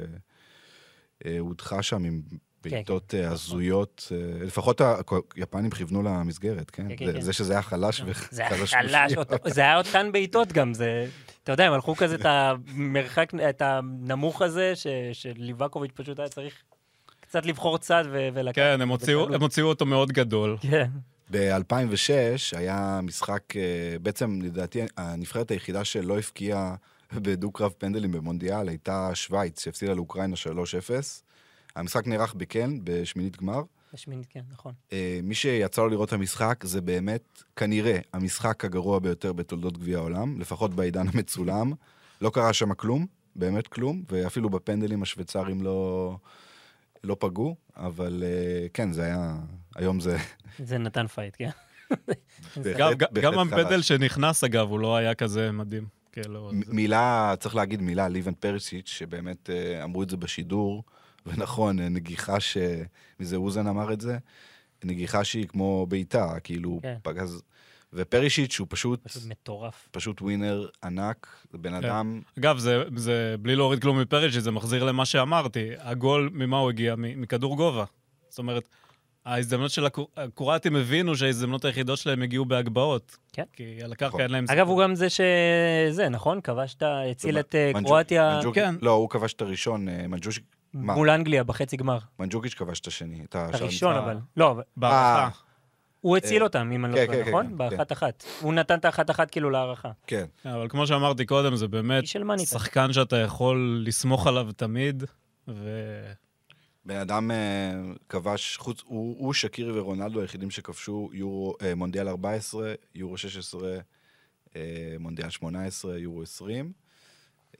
[SPEAKER 2] שהודחה שם עם בעיטות הזויות. לפחות היפנים כיוונו למסגרת, כן? זה שזה היה חלש
[SPEAKER 3] זה היה חלש, זה היה עוד כאן בעיטות גם, אתה יודע, הם הלכו כזה את המרחק, את הנמוך הזה, שליבקוביץ' פשוט היה צריך קצת לבחור צד ולקח.
[SPEAKER 4] כן, הם הוציאו אותו מאוד גדול.
[SPEAKER 3] כן.
[SPEAKER 2] ב-2006 היה משחק, בעצם לדעתי הנבחרת היחידה שלא הפקיעה בדו-קרב פנדלים במונדיאל, הייתה שוויץ, שהפסידה לאוקראינה 3-0. המשחק נערך בקלן, בשמינית גמר.
[SPEAKER 3] בשמינית, כן, נכון.
[SPEAKER 2] מי שיצא לו לראות את המשחק, זה באמת, כנראה, המשחק הגרוע ביותר בתולדות גביע העולם, לפחות בעידן המצולם. לא קרה שם כלום, באמת כלום, ואפילו בפנדלים השוויצרים לא פגעו, אבל כן, זה היה, היום זה...
[SPEAKER 3] זה נתן פייט, כן.
[SPEAKER 4] גם הפנדל שנכנס, אגב, הוא לא היה כזה מדהים.
[SPEAKER 2] מילה, צריך להגיד מילה, ליבן פריסיץ', שבאמת אמרו את זה בשידור, ונכון, נגיחה מזה אוזן אמר את זה, נגיחה שהיא כמו ביתה, כאילו פגז... ופרישיץ' הוא פשוט
[SPEAKER 3] מטורף.
[SPEAKER 2] פשוט ווינר ענק, זה בן אדם...
[SPEAKER 4] אגב, זה בלי להוריד כלום מפרישיץ', זה מחזיר למה שאמרתי. הגול, ממה הוא הגיע? מכדור גובה. זאת אומרת, ההזדמנות של הקרואטים הבינו שההזדמנות היחידות שלהם הגיעו בהגבהות.
[SPEAKER 3] כן.
[SPEAKER 4] כי על הקרקע אין להם...
[SPEAKER 3] אגב, הוא גם זה, נכון? כבש את הציל את קרואטיה...
[SPEAKER 2] לא, הוא כבש את הראשון, מנג'ושיק...
[SPEAKER 3] מול אנגליה, בחצי גמר.
[SPEAKER 2] מנג'וקיץ' כבש את השני.
[SPEAKER 3] את הראשון, אבל. לא,
[SPEAKER 4] בהערכה.
[SPEAKER 3] הוא הציל אותם, אם אני לא טועה, נכון? באחת-אחת. הוא נתן את האחת-אחת כאילו להערכה.
[SPEAKER 2] כן.
[SPEAKER 4] אבל כמו שאמרתי קודם, זה באמת שחקן שאתה יכול לסמוך עליו תמיד,
[SPEAKER 2] בן אדם כבש, הוא שקירי ורונלדו היחידים שכבשו מונדיאל 14, יורו 16, מונדיאל 18, יורו 20.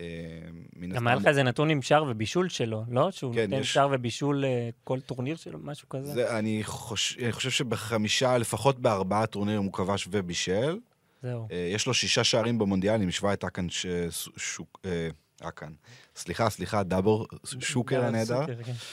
[SPEAKER 3] גם היה לך איזה נתון עם שער ובישול שלו, לא? שהוא
[SPEAKER 2] כן,
[SPEAKER 3] נותן שער ובישול כל טורניר שלו, משהו כזה?
[SPEAKER 2] אני חושב שבחמישה, לפחות בארבעה טורנירים הוא כבש ובישל.
[SPEAKER 3] זהו.
[SPEAKER 2] יש לו 6 שערים במונדיאל, עם השווה את סליחה, דאבור שוקר הנהדר,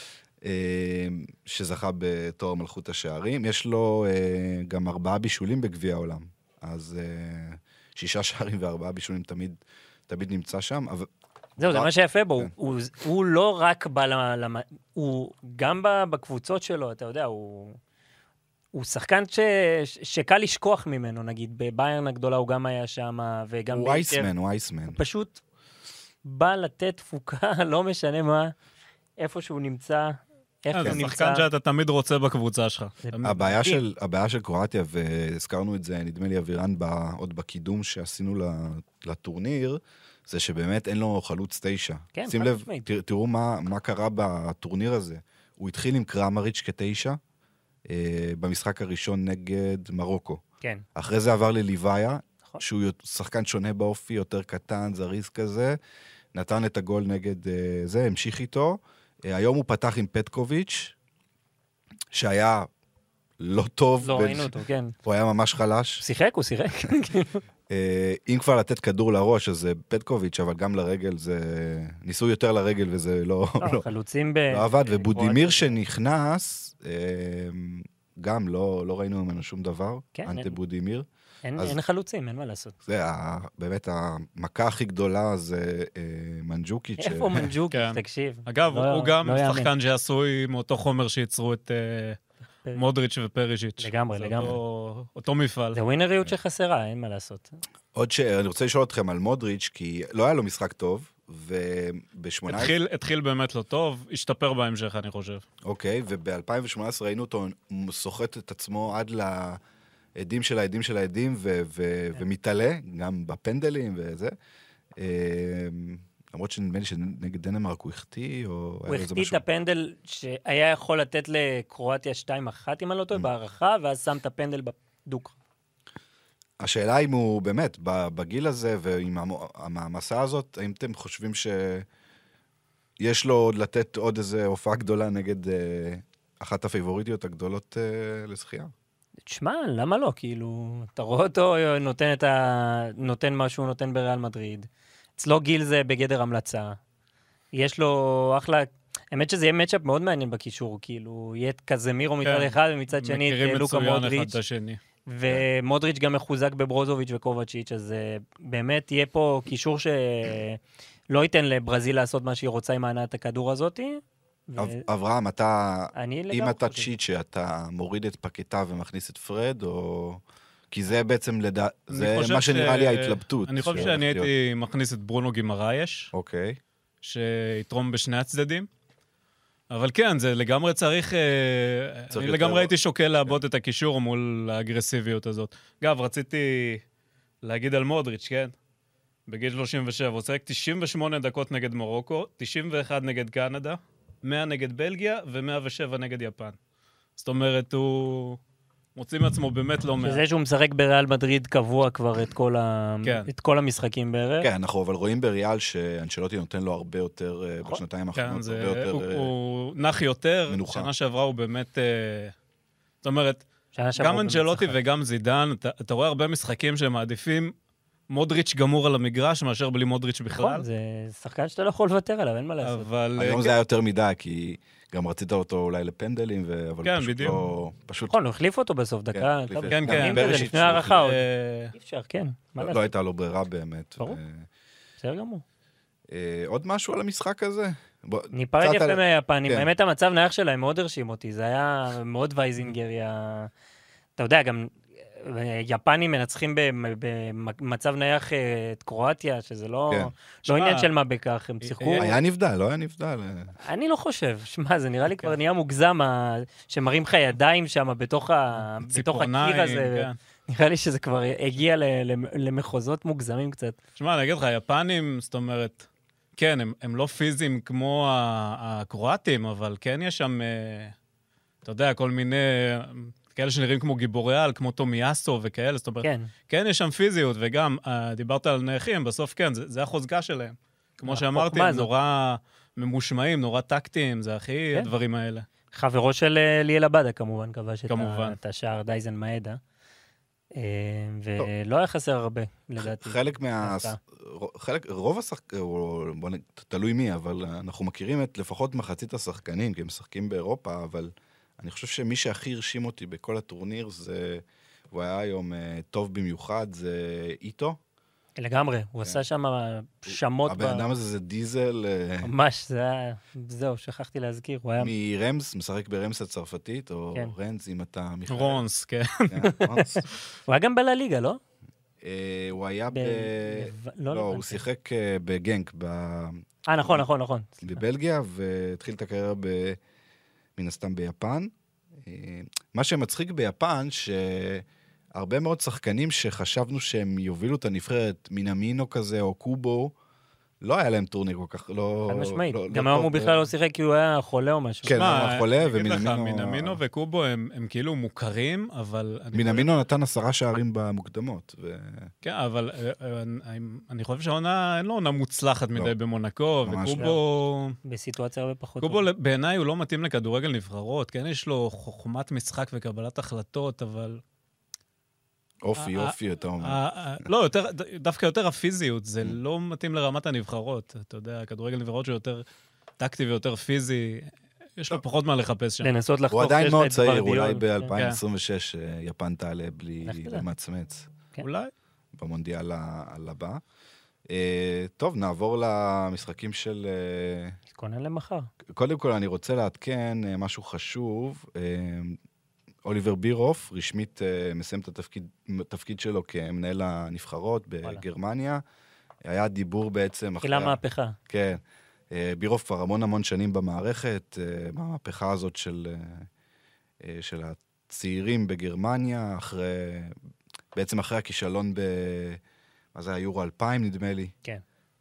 [SPEAKER 2] שזכה בתואר מלכות השערים. יש לו גם 4 בישולים בגביע העולם. אז 6 שערים ו4 בישולים תמיד נמצא שם.
[SPEAKER 3] זהו, זה מה שיפה בו. הוא לא רק בא הוא גם בקבוצות שלו, אתה יודע, הוא שחקן שקל לשכוח ממנו, נגיד, בביירן הגדולה הוא גם היה שם, וגם...
[SPEAKER 2] הוא אייסמן. הוא
[SPEAKER 3] פשוט בא לתת תפוקה, לא משנה מה, איפה שהוא נמצא, איך הוא נמצא.
[SPEAKER 4] זה שחקן שאתה תמיד רוצה בקבוצה שלך.
[SPEAKER 2] הבעיה של קרואטיה, והזכרנו את זה, נדמה לי אבירן, עוד בקידום שעשינו לטורניר, זה שבאמת אין לו חלוץ 9.
[SPEAKER 3] כן,
[SPEAKER 2] שים לב, תראו מה קרה בטורניר הזה. הוא התחיל עם קרמריץ' כ9, במשחק הראשון נגד מרוקו.
[SPEAKER 3] כן.
[SPEAKER 2] אחרי זה עבר לליוויה, שהוא שחקן שונה באופי, יותר קטן, זריז כזה, נתן את הגול נגד זה, המשיך איתו. היום הוא פתח עם פטקוביץ', שהיה לא טוב.
[SPEAKER 3] לא ראינו אותו, כן.
[SPEAKER 2] הוא היה ממש חלש.
[SPEAKER 3] הוא שיחק.
[SPEAKER 2] אם כבר לתת כדור לראש, אז זה פטקוביץ', אבל גם לרגל זה... ניסו יותר לרגל וזה לא...
[SPEAKER 3] חלוצים
[SPEAKER 2] לא עבד, ובודימיר שנכנס, גם לא ראינו ממנו שום דבר, אנטה בודימיר.
[SPEAKER 3] אין חלוצים, אין מה לעשות.
[SPEAKER 2] זה באמת המכה הכי גדולה זה מנג'וקיץ'.
[SPEAKER 3] איפה מנג'וקיץ', תקשיב.
[SPEAKER 4] אגב, הוא גם שחקן שעשוי מאותו חומר שייצרו את מודריץ' ופריז'יץ'.
[SPEAKER 3] לגמרי.
[SPEAKER 4] אותו מפעל.
[SPEAKER 3] זה ווינריות שחסרה, אין מה לעשות.
[SPEAKER 2] עוד שאני רוצה לשאול אתכם על מודריץ', כי לא היה לו משחק טוב,
[SPEAKER 4] התחיל באמת לא טוב, השתפר בהמשך, אני חושב.
[SPEAKER 2] אוקיי, וב-2018 ראינו אותו סוחט את עצמו עד העדים של העדים, ומתעלה, גם בפנדלים וזה. למרות שנדמה לי שנגד דנמרק הוא החטיא, או...
[SPEAKER 3] הוא החטיא את הפנדל שהיה יכול לתת לקרואטיה 2-1, אם אני לא טועה, בהערכה, ואז שם את הפנדל בדוק.
[SPEAKER 2] השאלה אם הוא באמת, בגיל הזה ועם המסע הזאת, האם אתם חושבים שיש לו לתת עוד איזו הופעה גדולה נגד אחת הפייבוריטיות הגדולות לזכייה?
[SPEAKER 3] תשמע, למה לא? כאילו, אתה רואה אותו נותן מה שהוא נותן בריאל מדריד. אצלו גיל זה בגדר המלצה. יש לו אחלה... האמת שזה יהיה מצ'אפ מאוד מעניין בקישור, כאילו, יהיה קזמירו מצד אחד ומצד שני את לוקה מודריץ'. ומודריץ' גם מחוזק בברוזוביץ' וקובצ'יץ', אז באמת יהיה פה קישור שלא ייתן לברזיל לעשות מה שהיא רוצה עם הענת הכדור הזאת.
[SPEAKER 2] אברהם, אם אתה צ'יט שאתה מוריד את פקטה ומכניס את פרד, או... כי זה בעצם, זה מה שנראה לי ההתלבטות.
[SPEAKER 4] אני חושב שאני הייתי מכניס את ברונו גימרייש.
[SPEAKER 2] אוקיי.
[SPEAKER 4] שיתרום בשני הצדדים. אבל כן, זה לגמרי צריך... אני לגמרי הייתי שוקל לעבוד את הקישור מול האגרסיביות הזאת. אגב, רציתי להגיד על מודריץ', כן? בגיל 37, הוא צחק 98 דקות נגד מרוקו, 91 נגד קנדה, 100 נגד בלגיה ו107 נגד יפן. זאת אומרת, הוא מוציא מעצמו באמת לא מעט.
[SPEAKER 3] שזה שהוא משחק בריאל מדריד קבוע כבר את כל המשחקים בערך.
[SPEAKER 2] כן, אנחנו אבל רואים בריאל שאנצ'לוטי נותן לו הרבה יותר בשנתיים האחרונות.
[SPEAKER 4] הוא נח יותר, שנה שעברה הוא באמת... זאת אומרת, גם אנצ'לוטי וגם זידן, אתה רואה הרבה משחקים שהם מעדיפים מודריץ' גמור על המגרש, מאשר בלי מודריץ' בכלל.
[SPEAKER 3] נכון, זה שחקן שאתה לא יכול לוותר עליו, אין מה לעשות.
[SPEAKER 2] היום זה היה יותר מדי, כי גם רצית אותו אולי לפנדלים, אבל פשוט לא...
[SPEAKER 3] נכון, הוא החליף אותו בסוף דקה.
[SPEAKER 4] כן, כן.
[SPEAKER 3] לפני הערכה עוד. אי אפשר, כן.
[SPEAKER 2] לא הייתה לו ברירה באמת.
[SPEAKER 3] ברור. בסדר גמור.
[SPEAKER 2] עוד משהו על המשחק הזה?
[SPEAKER 3] ניפרד יפה מהיפנים. האמת המצב נייח שלהם מאוד הרשים אותי. זה היה מאוד וייזינגרי. אתה יודע, גם... יפנים מנצחים במצב נייח את קרואטיה, שזה לא עניין של מה בכך, הם שיחקו...
[SPEAKER 2] היה נבדל, לא היה נבדל.
[SPEAKER 3] אני לא חושב, שמע, זה נראה לי כבר נהיה מוגזם, שמראים לך ידיים שם בתוך הקיר הזה, נראה לי שזה כבר הגיע למחוזות מוגזמים קצת.
[SPEAKER 4] שמע, אני אגיד לך, יפנים, זאת אומרת, כן, הם לא פיזיים כמו הקרואטים, אבל כן יש שם, אתה יודע, כל מיני... כאלה שנראים כמו גיבורי על, כמו תומיאסו וכאלה, זאת אומרת, כן, יש שם פיזיות, וגם, דיברת על נייחים, בסוף כן, זה החוזקה שלהם. כמו שאמרתי, הם נורא ממושמעים, נורא טקטיים, זה הכי הדברים האלה.
[SPEAKER 3] חברו של ליאל עבדה כמובן, כבש את השער דייזן מאדה. ולא היה חסר הרבה, לדעתי.
[SPEAKER 2] רוב השחקנים, תלוי מי, אבל אנחנו מכירים את לפחות מחצית השחקנים, כי הם משחקים באירופה, אבל אני חושב שמי שהכי הרשים אותי בכל הטורניר, הוא היה היום טוב במיוחד, זה איטו.
[SPEAKER 3] לגמרי, הוא עשה שם שמות.
[SPEAKER 2] הבן אדם הזה זה דיזל.
[SPEAKER 3] ממש, זהו, שכחתי להזכיר.
[SPEAKER 2] מרמס, משחק ברמס הצרפתית, או רנס, אם אתה...
[SPEAKER 4] רונס, כן.
[SPEAKER 2] הוא
[SPEAKER 3] היה גם בליגה, לא?
[SPEAKER 2] הוא היה לא, הוא שיחק בגנק.
[SPEAKER 3] נכון.
[SPEAKER 2] בבלגיה, והתחיל את הקריירה מן הסתם ביפן. מה שמצחיק ביפן, הרבה מאוד שחקנים שחשבנו שהם יובילו את הנבחרת, מינמינו כזה או קובו, לא היה להם טורניר כל כך, לא...
[SPEAKER 3] חד משמעית. גם היום הוא בכלל לא שיחק כי הוא היה חולה או משהו.
[SPEAKER 2] כן, הוא היה חולה,
[SPEAKER 4] ומינמינו... מינמינו וקובו הם כאילו מוכרים, אבל...
[SPEAKER 2] מינמינו נתן 10 שערים במוקדמות.
[SPEAKER 4] כן, אבל אני חושב שהעונה, אין לו עונה מוצלחת מדי במונקו, וקובו...
[SPEAKER 3] בסיטואציה הרבה פחות.
[SPEAKER 4] קובו בעיניי הוא לא מתאים לכדורגל נבחרות, כן, יש לו חוכמת משחק וקבלת החלטות, אבל...
[SPEAKER 2] אופי, אתה אומר.
[SPEAKER 4] לא, דווקא יותר הפיזיות, זה לא מתאים לרמת הנבחרות. אתה יודע, כדורגל נבחרות שהוא יותר טקטי ויותר פיזי, יש לו פחות מה לחפש שם.
[SPEAKER 3] לנסות לחתוך.
[SPEAKER 2] הוא עדיין מאוד צעיר, אולי ב-2026 יפן תעלה בלי למצמץ.
[SPEAKER 4] אולי.
[SPEAKER 2] במונדיאל הבא. טוב, נעבור למשחקים של...
[SPEAKER 3] תתכונן למחר.
[SPEAKER 2] קודם כל, אני רוצה לעדכן משהו חשוב. אוליבר בירוף, רשמית מסיים את התפקיד שלו כמנהל הנבחרות בגרמניה. היה דיבור בעצם...
[SPEAKER 3] תחילה מהפכה.
[SPEAKER 2] כן. בירוף כבר המון שנים במערכת, במהפכה הזאת של הצעירים בגרמניה, בעצם אחרי הכישלון מה זה, היורו 2000 נדמה לי.
[SPEAKER 3] כן.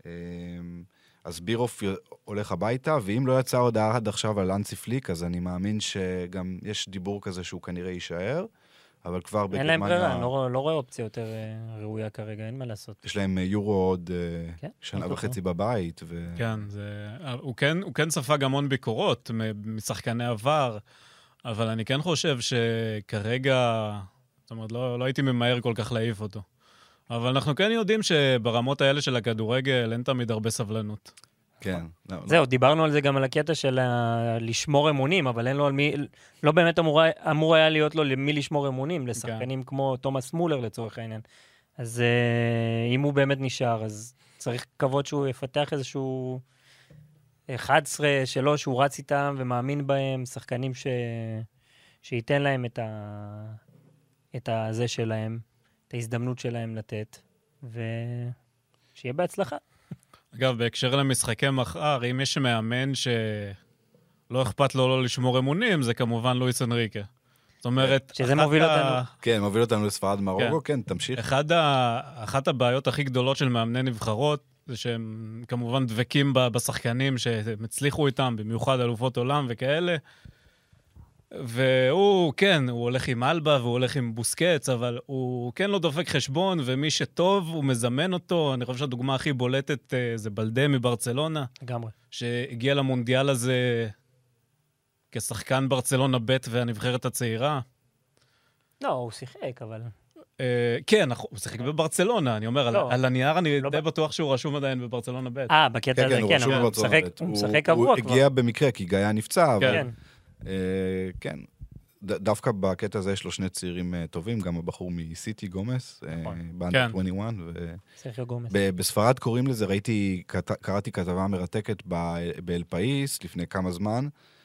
[SPEAKER 2] אז בירוף הולך הביתה, ואם לא יצא הודעה עד עכשיו על אנסי פליק, אז אני מאמין שגם יש דיבור כזה שהוא כנראה יישאר, אבל כבר בגרמניה...
[SPEAKER 3] אין להם ברירה, אני לא רואה אופציה יותר ראויה כרגע, אין מה לעשות.
[SPEAKER 2] יש להם יורו עוד שנה וחצי בבית.
[SPEAKER 4] כן, הוא כן ספג המון ביקורות משחקני עבר, אבל אני כן חושב שכרגע, זאת אומרת, לא הייתי ממהר כל כך להעיף אותו. אבל אנחנו כן יודעים שברמות האלה של הכדורגל אין תמיד הרבה סבלנות.
[SPEAKER 2] כן.
[SPEAKER 3] זהו, דיברנו על זה גם על הקטע של לשמור אמונים, אבל אין לו על מי, לא באמת אמור היה להיות לו למי לשמור אמונים, לשחקנים כמו תומאס מולר לצורך העניין. אז אם הוא באמת נשאר, אז צריך לקוות שהוא יפתח איזשהו 11 שלו שהוא רץ איתם ומאמין בהם, שחקנים שייתן להם את הזה שלהם. את ההזדמנות שלהם לתת, ושיהיה בהצלחה.
[SPEAKER 4] אגב, בהקשר למשחקי מחר, אם יש מאמן שלא אכפת לו לא לשמור אמונים, זה כמובן לואיס אנריקה. זאת אומרת...
[SPEAKER 3] שזה מוביל אותנו.
[SPEAKER 2] כן, מוביל אותנו לספרד מרוקו, כן, תמשיך.
[SPEAKER 4] אחת הבעיות הכי גדולות של מאמני נבחרות, זה שהם כמובן דבקים בשחקנים שמצליחו איתם, במיוחד אלופות עולם וכאלה, והוא, כן, הוא הולך עם אלבה והוא הולך עם בוסקץ, אבל הוא כן לא דופק חשבון, ומי שטוב, הוא מזמן אותו. אני חושב שהדוגמה הכי בולטת זה בלדה מברצלונה.
[SPEAKER 3] לגמרי.
[SPEAKER 4] שהגיע למונדיאל הזה כשחקן ברצלונה ב' והנבחרת הצעירה.
[SPEAKER 3] לא, הוא שיחק, אבל...
[SPEAKER 4] כן, הוא שיחק בברצלונה, אני אומר, על הנייר אני די בטוח שהוא רשום עדיין בברצלונה ב'.
[SPEAKER 3] בקטע הזה, כן, הוא משחק קבוע כבר.
[SPEAKER 2] הוא הגיע במקרה, כי גיא נפצע, אבל... כן, דווקא בקטע הזה יש לו 2 צעירים טובים, גם הבחור מסיטי גומס, באנדר 21.
[SPEAKER 3] סרחיו גומס.
[SPEAKER 2] בספרד קוראים לזה, קראתי כתבה מרתקת באל פאיס לפני כמה זמן,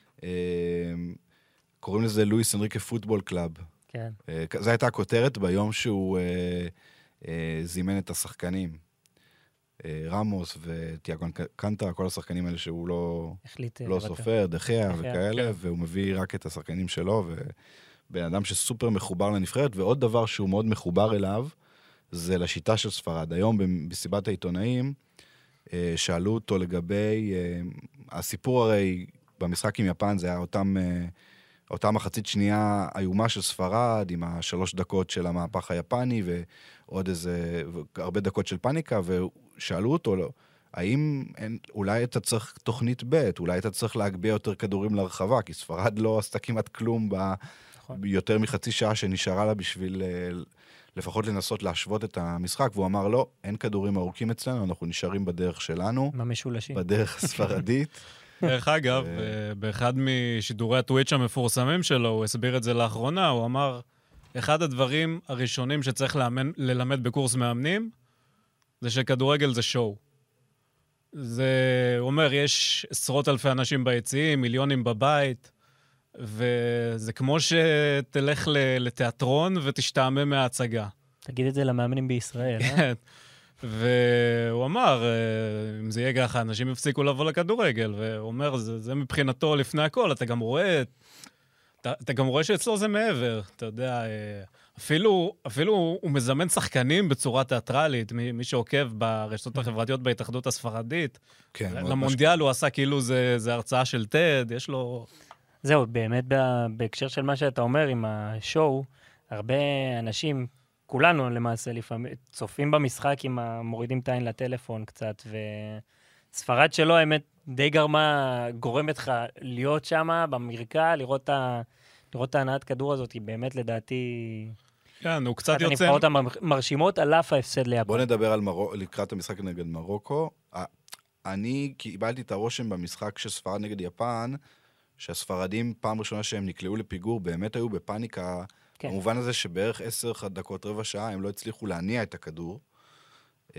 [SPEAKER 2] קוראים לזה לואיס אנריקה פוטבול קלאב.
[SPEAKER 3] כן.
[SPEAKER 2] זו הייתה הכותרת ביום שהוא זימן את השחקנים. רמוס וטיאגו קנטה, כל השחקנים האלה שהוא לא סופר, דחיה וכאלה, והוא מביא רק את השחקנים שלו, ובן אדם שסופר מחובר לנבחרת, ועוד דבר שהוא מאוד מחובר אליו, זה לשיטה של ספרד. היום בסיבת העיתונאים, שאלו אותו לגבי, הסיפור הרי במשחק עם יפן, זה היה אותה מחצית שנייה איומה של ספרד, עם 3 דקות של המהפך היפני, ועוד הרבה דקות של פאניקה, שאלו אותו, האם אולי אתה צריך תוכנית ב', אולי אתה צריך להגביה יותר כדורים לרחבה, כי ספרד לא עשתה כמעט כלום ביותר מחצי שעה שנשארה לה בשביל לפחות לנסות להשוות את המשחק, והוא אמר לא, אין כדורים ארוכים אצלנו, אנחנו נשארים בדרך שלנו.
[SPEAKER 3] במשולשים.
[SPEAKER 2] בדרך הספרדית.
[SPEAKER 4] דרך אגב, באחד משידורי הטוויץ' המפורסמים שלו, הוא הסביר את זה לאחרונה, הוא אמר, אחד הדברים הראשונים שצריך ללמד בקורס מאמנים, זה שכדורגל זה שואו. הוא אומר, יש עשרות אלפי אנשים ביציעים, מיליונים בבית, וזה כמו שתלך לתיאטרון ותשתעמם מההצגה.
[SPEAKER 3] תגיד את זה למאמנים בישראל,
[SPEAKER 4] כן. והוא אמר, אם זה יהיה ככה, אנשים יפסיקו לבוא לכדורגל, והוא אומר, זה מבחינתו לפני הכל, אתה גם רואה שאצלו זה מעבר, אתה יודע, אפילו הוא מזמן שחקנים בצורה תיאטרלית, מי שעוקב ברשתות החברתיות בהתאחדות הספרדית, למונדיאל הוא עשה כאילו זה הרצאה של טד, יש לו...
[SPEAKER 3] זהו, באמת בהקשר של מה שאתה אומר עם השואו, הרבה אנשים, כולנו למעשה לפעמים, צופים במשחק עם מורידים את העין לטלפון קצת, וספרד שלו האמת די גורמת לך להיות שם במרקע, לראות את ההנעת כדור הזאת, היא באמת לדעתי...
[SPEAKER 4] כן, הוא קצת יוצא...
[SPEAKER 3] הנבחרות המרשימות על אף ההפסד ליפן.
[SPEAKER 2] בוא נדבר על לקראת המשחק נגד מרוקו. אני קיבלתי את הרושם במשחק של ספרד נגד יפן, שהספרדים פעם ראשונה שהם נקלעו לפיגור, באמת היו בפאניקה, כן. במובן הזה שבערך 10 דקות, רבע שעה, הם לא הצליחו להניע את הכדור. אז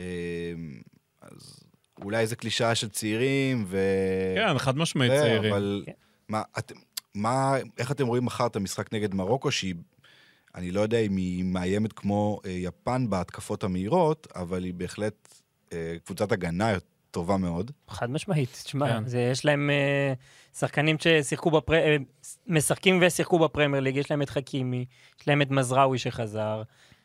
[SPEAKER 2] אולי איזו קלישאה של צעירים,
[SPEAKER 4] כן, חד משמעית צעירים.
[SPEAKER 2] אבל כן. איך אתם רואים מחר את המשחק נגד מרוקו, שהיא, אני לא יודע אם היא מאיימת כמו יפן בהתקפות המהירות, אבל היא בהחלט קבוצת הגנה טובה מאוד.
[SPEAKER 3] חד משמעית, תשמע, יש להם שחקנים ששיחקו משחקים ושיחקו בפרמייר ליג, יש להם את חכימי, יש להם את מזראוי שחזר,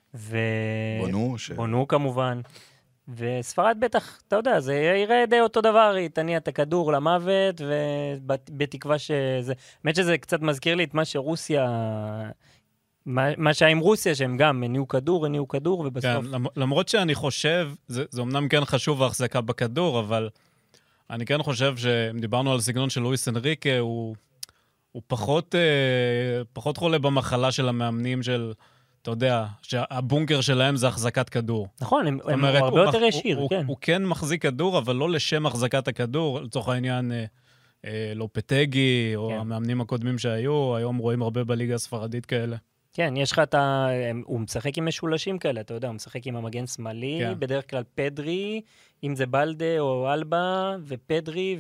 [SPEAKER 3] בונו כמובן, וספרד בטח, אתה יודע, זה יראה די אותו דבר, היא תניע את הכדור למוות, ובתקווה שזה, באמת שזה קצת מזכיר לי את מה שרוסיה... מה שהיה עם רוסיה, שהם גם הניעו כדור, ובסוף...
[SPEAKER 4] כן, למרות שאני חושב, זה אמנם כן חשוב ההחזקה בכדור, אבל אני כן חושב שאם דיברנו על סגנון של לואיס אנריקה, הוא פחות חולה במחלה של המאמנים של, אתה יודע, שהבונקר שלהם זה החזקת כדור.
[SPEAKER 3] נכון, הם הרבה יותר ישיר, כן.
[SPEAKER 4] הוא כן מחזיק כדור, אבל לא לשם החזקת הכדור, לצורך העניין... לופטגי, או המאמנים הקודמים שהיו, היום רואים הרבה בליגה הספרדית כאלה.
[SPEAKER 3] כן, יש לך הוא משחק עם משולשים כאלה, אתה יודע, הוא משחק עם המגן שמאלי, כן. בדרך כלל פדרי, אם זה בלדה או אלבה, ופדרי,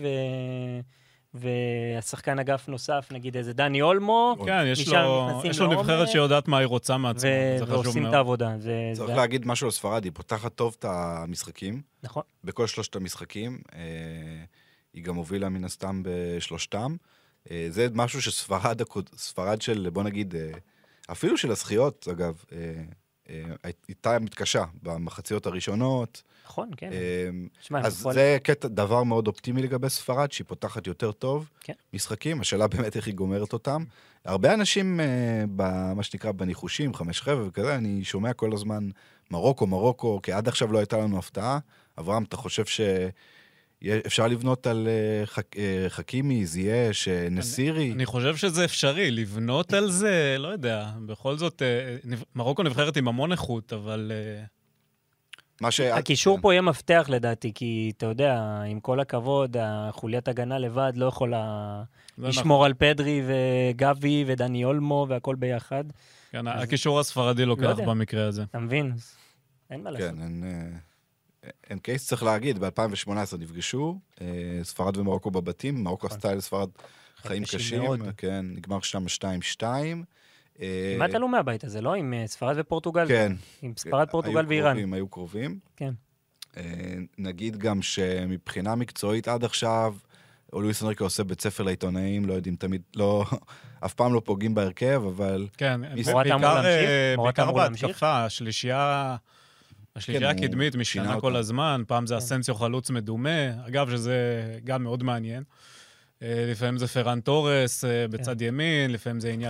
[SPEAKER 3] והשחקן אגף נוסף, נגיד איזה דני אולמו,
[SPEAKER 4] כן, יש לו נבחרת שיודעת מה היא רוצה מעצמה, זה חשוב מאוד.
[SPEAKER 3] ועושים את העבודה.
[SPEAKER 2] צריך להגיד משהו על ספרד, היא פותחת טוב את המשחקים,
[SPEAKER 3] נכון.
[SPEAKER 2] בכל 3 המשחקים, היא גם הובילה מן הסתם בשלושתם. זה משהו שספרד של, בוא נגיד, אפילו של הזכיות, אגב, הייתה מתקשה במחציות הראשונות.
[SPEAKER 3] נכון, כן.
[SPEAKER 2] אז זה דבר מאוד אופטימי לגבי ספרד, שהיא פותחת יותר טוב משחקים. השאלה באמת איך היא גומרת אותם. הרבה אנשים, מה שנקרא, בניחושים, 5 חבר'ה וכזה, אני שומע כל הזמן מרוקו, כי עד עכשיו לא הייתה לנו הפתעה. אברהם, אתה חושב אפשר לבנות על חכימי, זייש, נסירי?
[SPEAKER 4] אני חושב שזה אפשרי, לבנות על זה, לא יודע. בכל זאת, מרוקו נבחרת עם המון איכות, אבל...
[SPEAKER 3] הקישור פה יהיה מפתח לדעתי, כי אתה יודע, עם כל הכבוד, החוליית הגנה לבד לא יכולה לשמור על פדרי וגבי ודני אולמו והכל ביחד.
[SPEAKER 4] כן, הקישור הספרדי לוקח במקרה הזה.
[SPEAKER 3] אתה מבין? אין מה לעשות.
[SPEAKER 2] כן, אין קייס, צריך להגיד, ב-2018 נפגשו, ספרד ומרוקו בבתים, מרוקו עשתה לספרד חיים קשים, כן, נגמר שם 2-2.
[SPEAKER 3] כמעט עלו מהבית הזה, לא? עם ספרד ופורטוגל?
[SPEAKER 2] כן.
[SPEAKER 3] עם ספרד, פורטוגל ואיראן.
[SPEAKER 2] היו קרובים.
[SPEAKER 3] כן.
[SPEAKER 2] נגיד גם שמבחינה מקצועית עד עכשיו, לואיס אנריקה עושה בית ספר לעיתונאים, לא יודעים תמיד, אף פעם לא פוגעים בהרכב, אבל...
[SPEAKER 4] כן, בעיקר בהתקפה, השלישייה הקדמית משתנה כל הזמן, פעם זה אסנסיו חלוץ מדומה, אגב שזה גם מאוד מעניין. לפעמים זה פרן טורס בצד ימין, לפעמים זה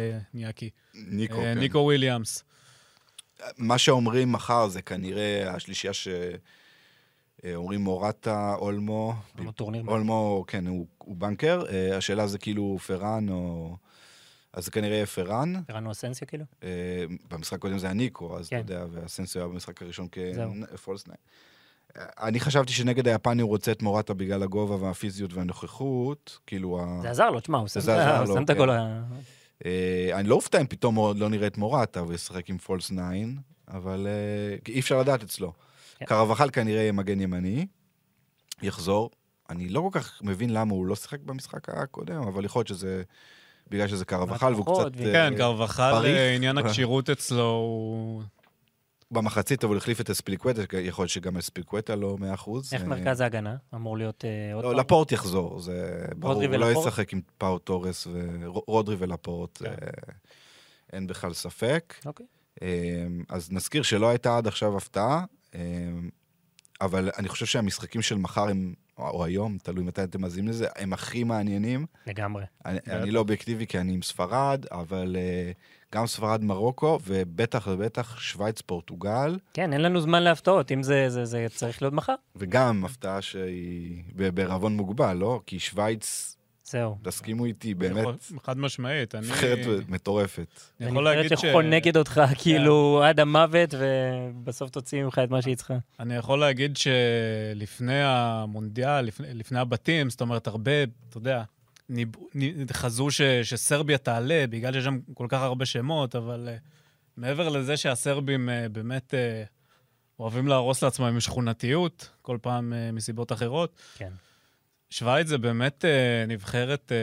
[SPEAKER 4] ניקו וויליאמס.
[SPEAKER 2] מה שאומרים מחר זה כנראה השלישייה אומרים מורטה, אולמו.
[SPEAKER 3] טורניר.
[SPEAKER 2] אולמו, כן, הוא בנקר. השאלה זה כאילו פרן או... אז זה כנראה יהיה פרן.
[SPEAKER 3] פרן או אסנסיו כאילו?
[SPEAKER 2] במשחק קודם זה הניקו, אז
[SPEAKER 3] כן.
[SPEAKER 2] אתה יודע, ואסנסיו היה במשחק הראשון כפולס ניין. אני חשבתי שנגד היפני הוא רוצה את מורטה בגלל הגובה והפיזיות והנוכחות, כאילו...
[SPEAKER 3] זה עזר לו, תשמע, הוא שם את הגול.
[SPEAKER 2] אני לא אופתע אם פתאום לא נראה את מורטה וישחק עם פולס ניין, אבל אי אפשר לדעת אצלו. קרבחל כנראה יהיה מגן ימני, יחזור. אני לא כל כך מבין למה הוא לא שיחק במשחק הקודם, אבל יכול להיות שזה... בגלל שזה קרבחל והוא קצת...
[SPEAKER 4] כן, קרבחל, עניין הקשירות אצלו הוא...
[SPEAKER 2] במחצית, אבל החליף את אספיליקווטה, יכול להיות שגם אספיליקווטה לא 100%.
[SPEAKER 3] איך מרכז ההגנה? אמור להיות עוד פעם?
[SPEAKER 2] לפורט יחזור, זה ברור, הוא לא ישחק עם פאו טורס, רודרי ולפורט, אין בכלל ספק. אז נזכיר שלא הייתה עד עכשיו הפתעה, אבל אני חושב שהמשחקים של מחר הם, או היום, תלוי מתי אתם מזים לזה, הם הכי מעניינים.
[SPEAKER 3] לגמרי.
[SPEAKER 2] אני לא אובייקטיבי כי אני עם ספרד, אבל גם ספרד מרוקו, ובטח ובטח שוויץ פורטוגל.
[SPEAKER 3] כן, אין לנו זמן להפתעות, אם זה צריך להיות מחר.
[SPEAKER 2] וגם הפתעה שהיא בערבון מוגבל, לא? כי שוויץ,
[SPEAKER 3] זהו.
[SPEAKER 2] תסכימו איתי, באמת.
[SPEAKER 4] חד משמעית.
[SPEAKER 2] נבחרת מטורפת.
[SPEAKER 3] אני יכול להגיד שחונקת אותך כאילו עד המוות, ובסוף תוציא ממך את מה שהיא צריכה.
[SPEAKER 4] אני יכול להגיד שלפני המונדיאל, לפני הבתים, זאת אומרת, הרבה, אתה יודע, חזו שסרביה תעלה, בגלל שיש שם כל כך הרבה שמות, אבל מעבר לזה שהסרבים באמת אוהבים להרוס לעצמם עם שכונתיות, כל פעם מסיבות אחרות.
[SPEAKER 3] כן.
[SPEAKER 4] שוויץ זה באמת נבחרת,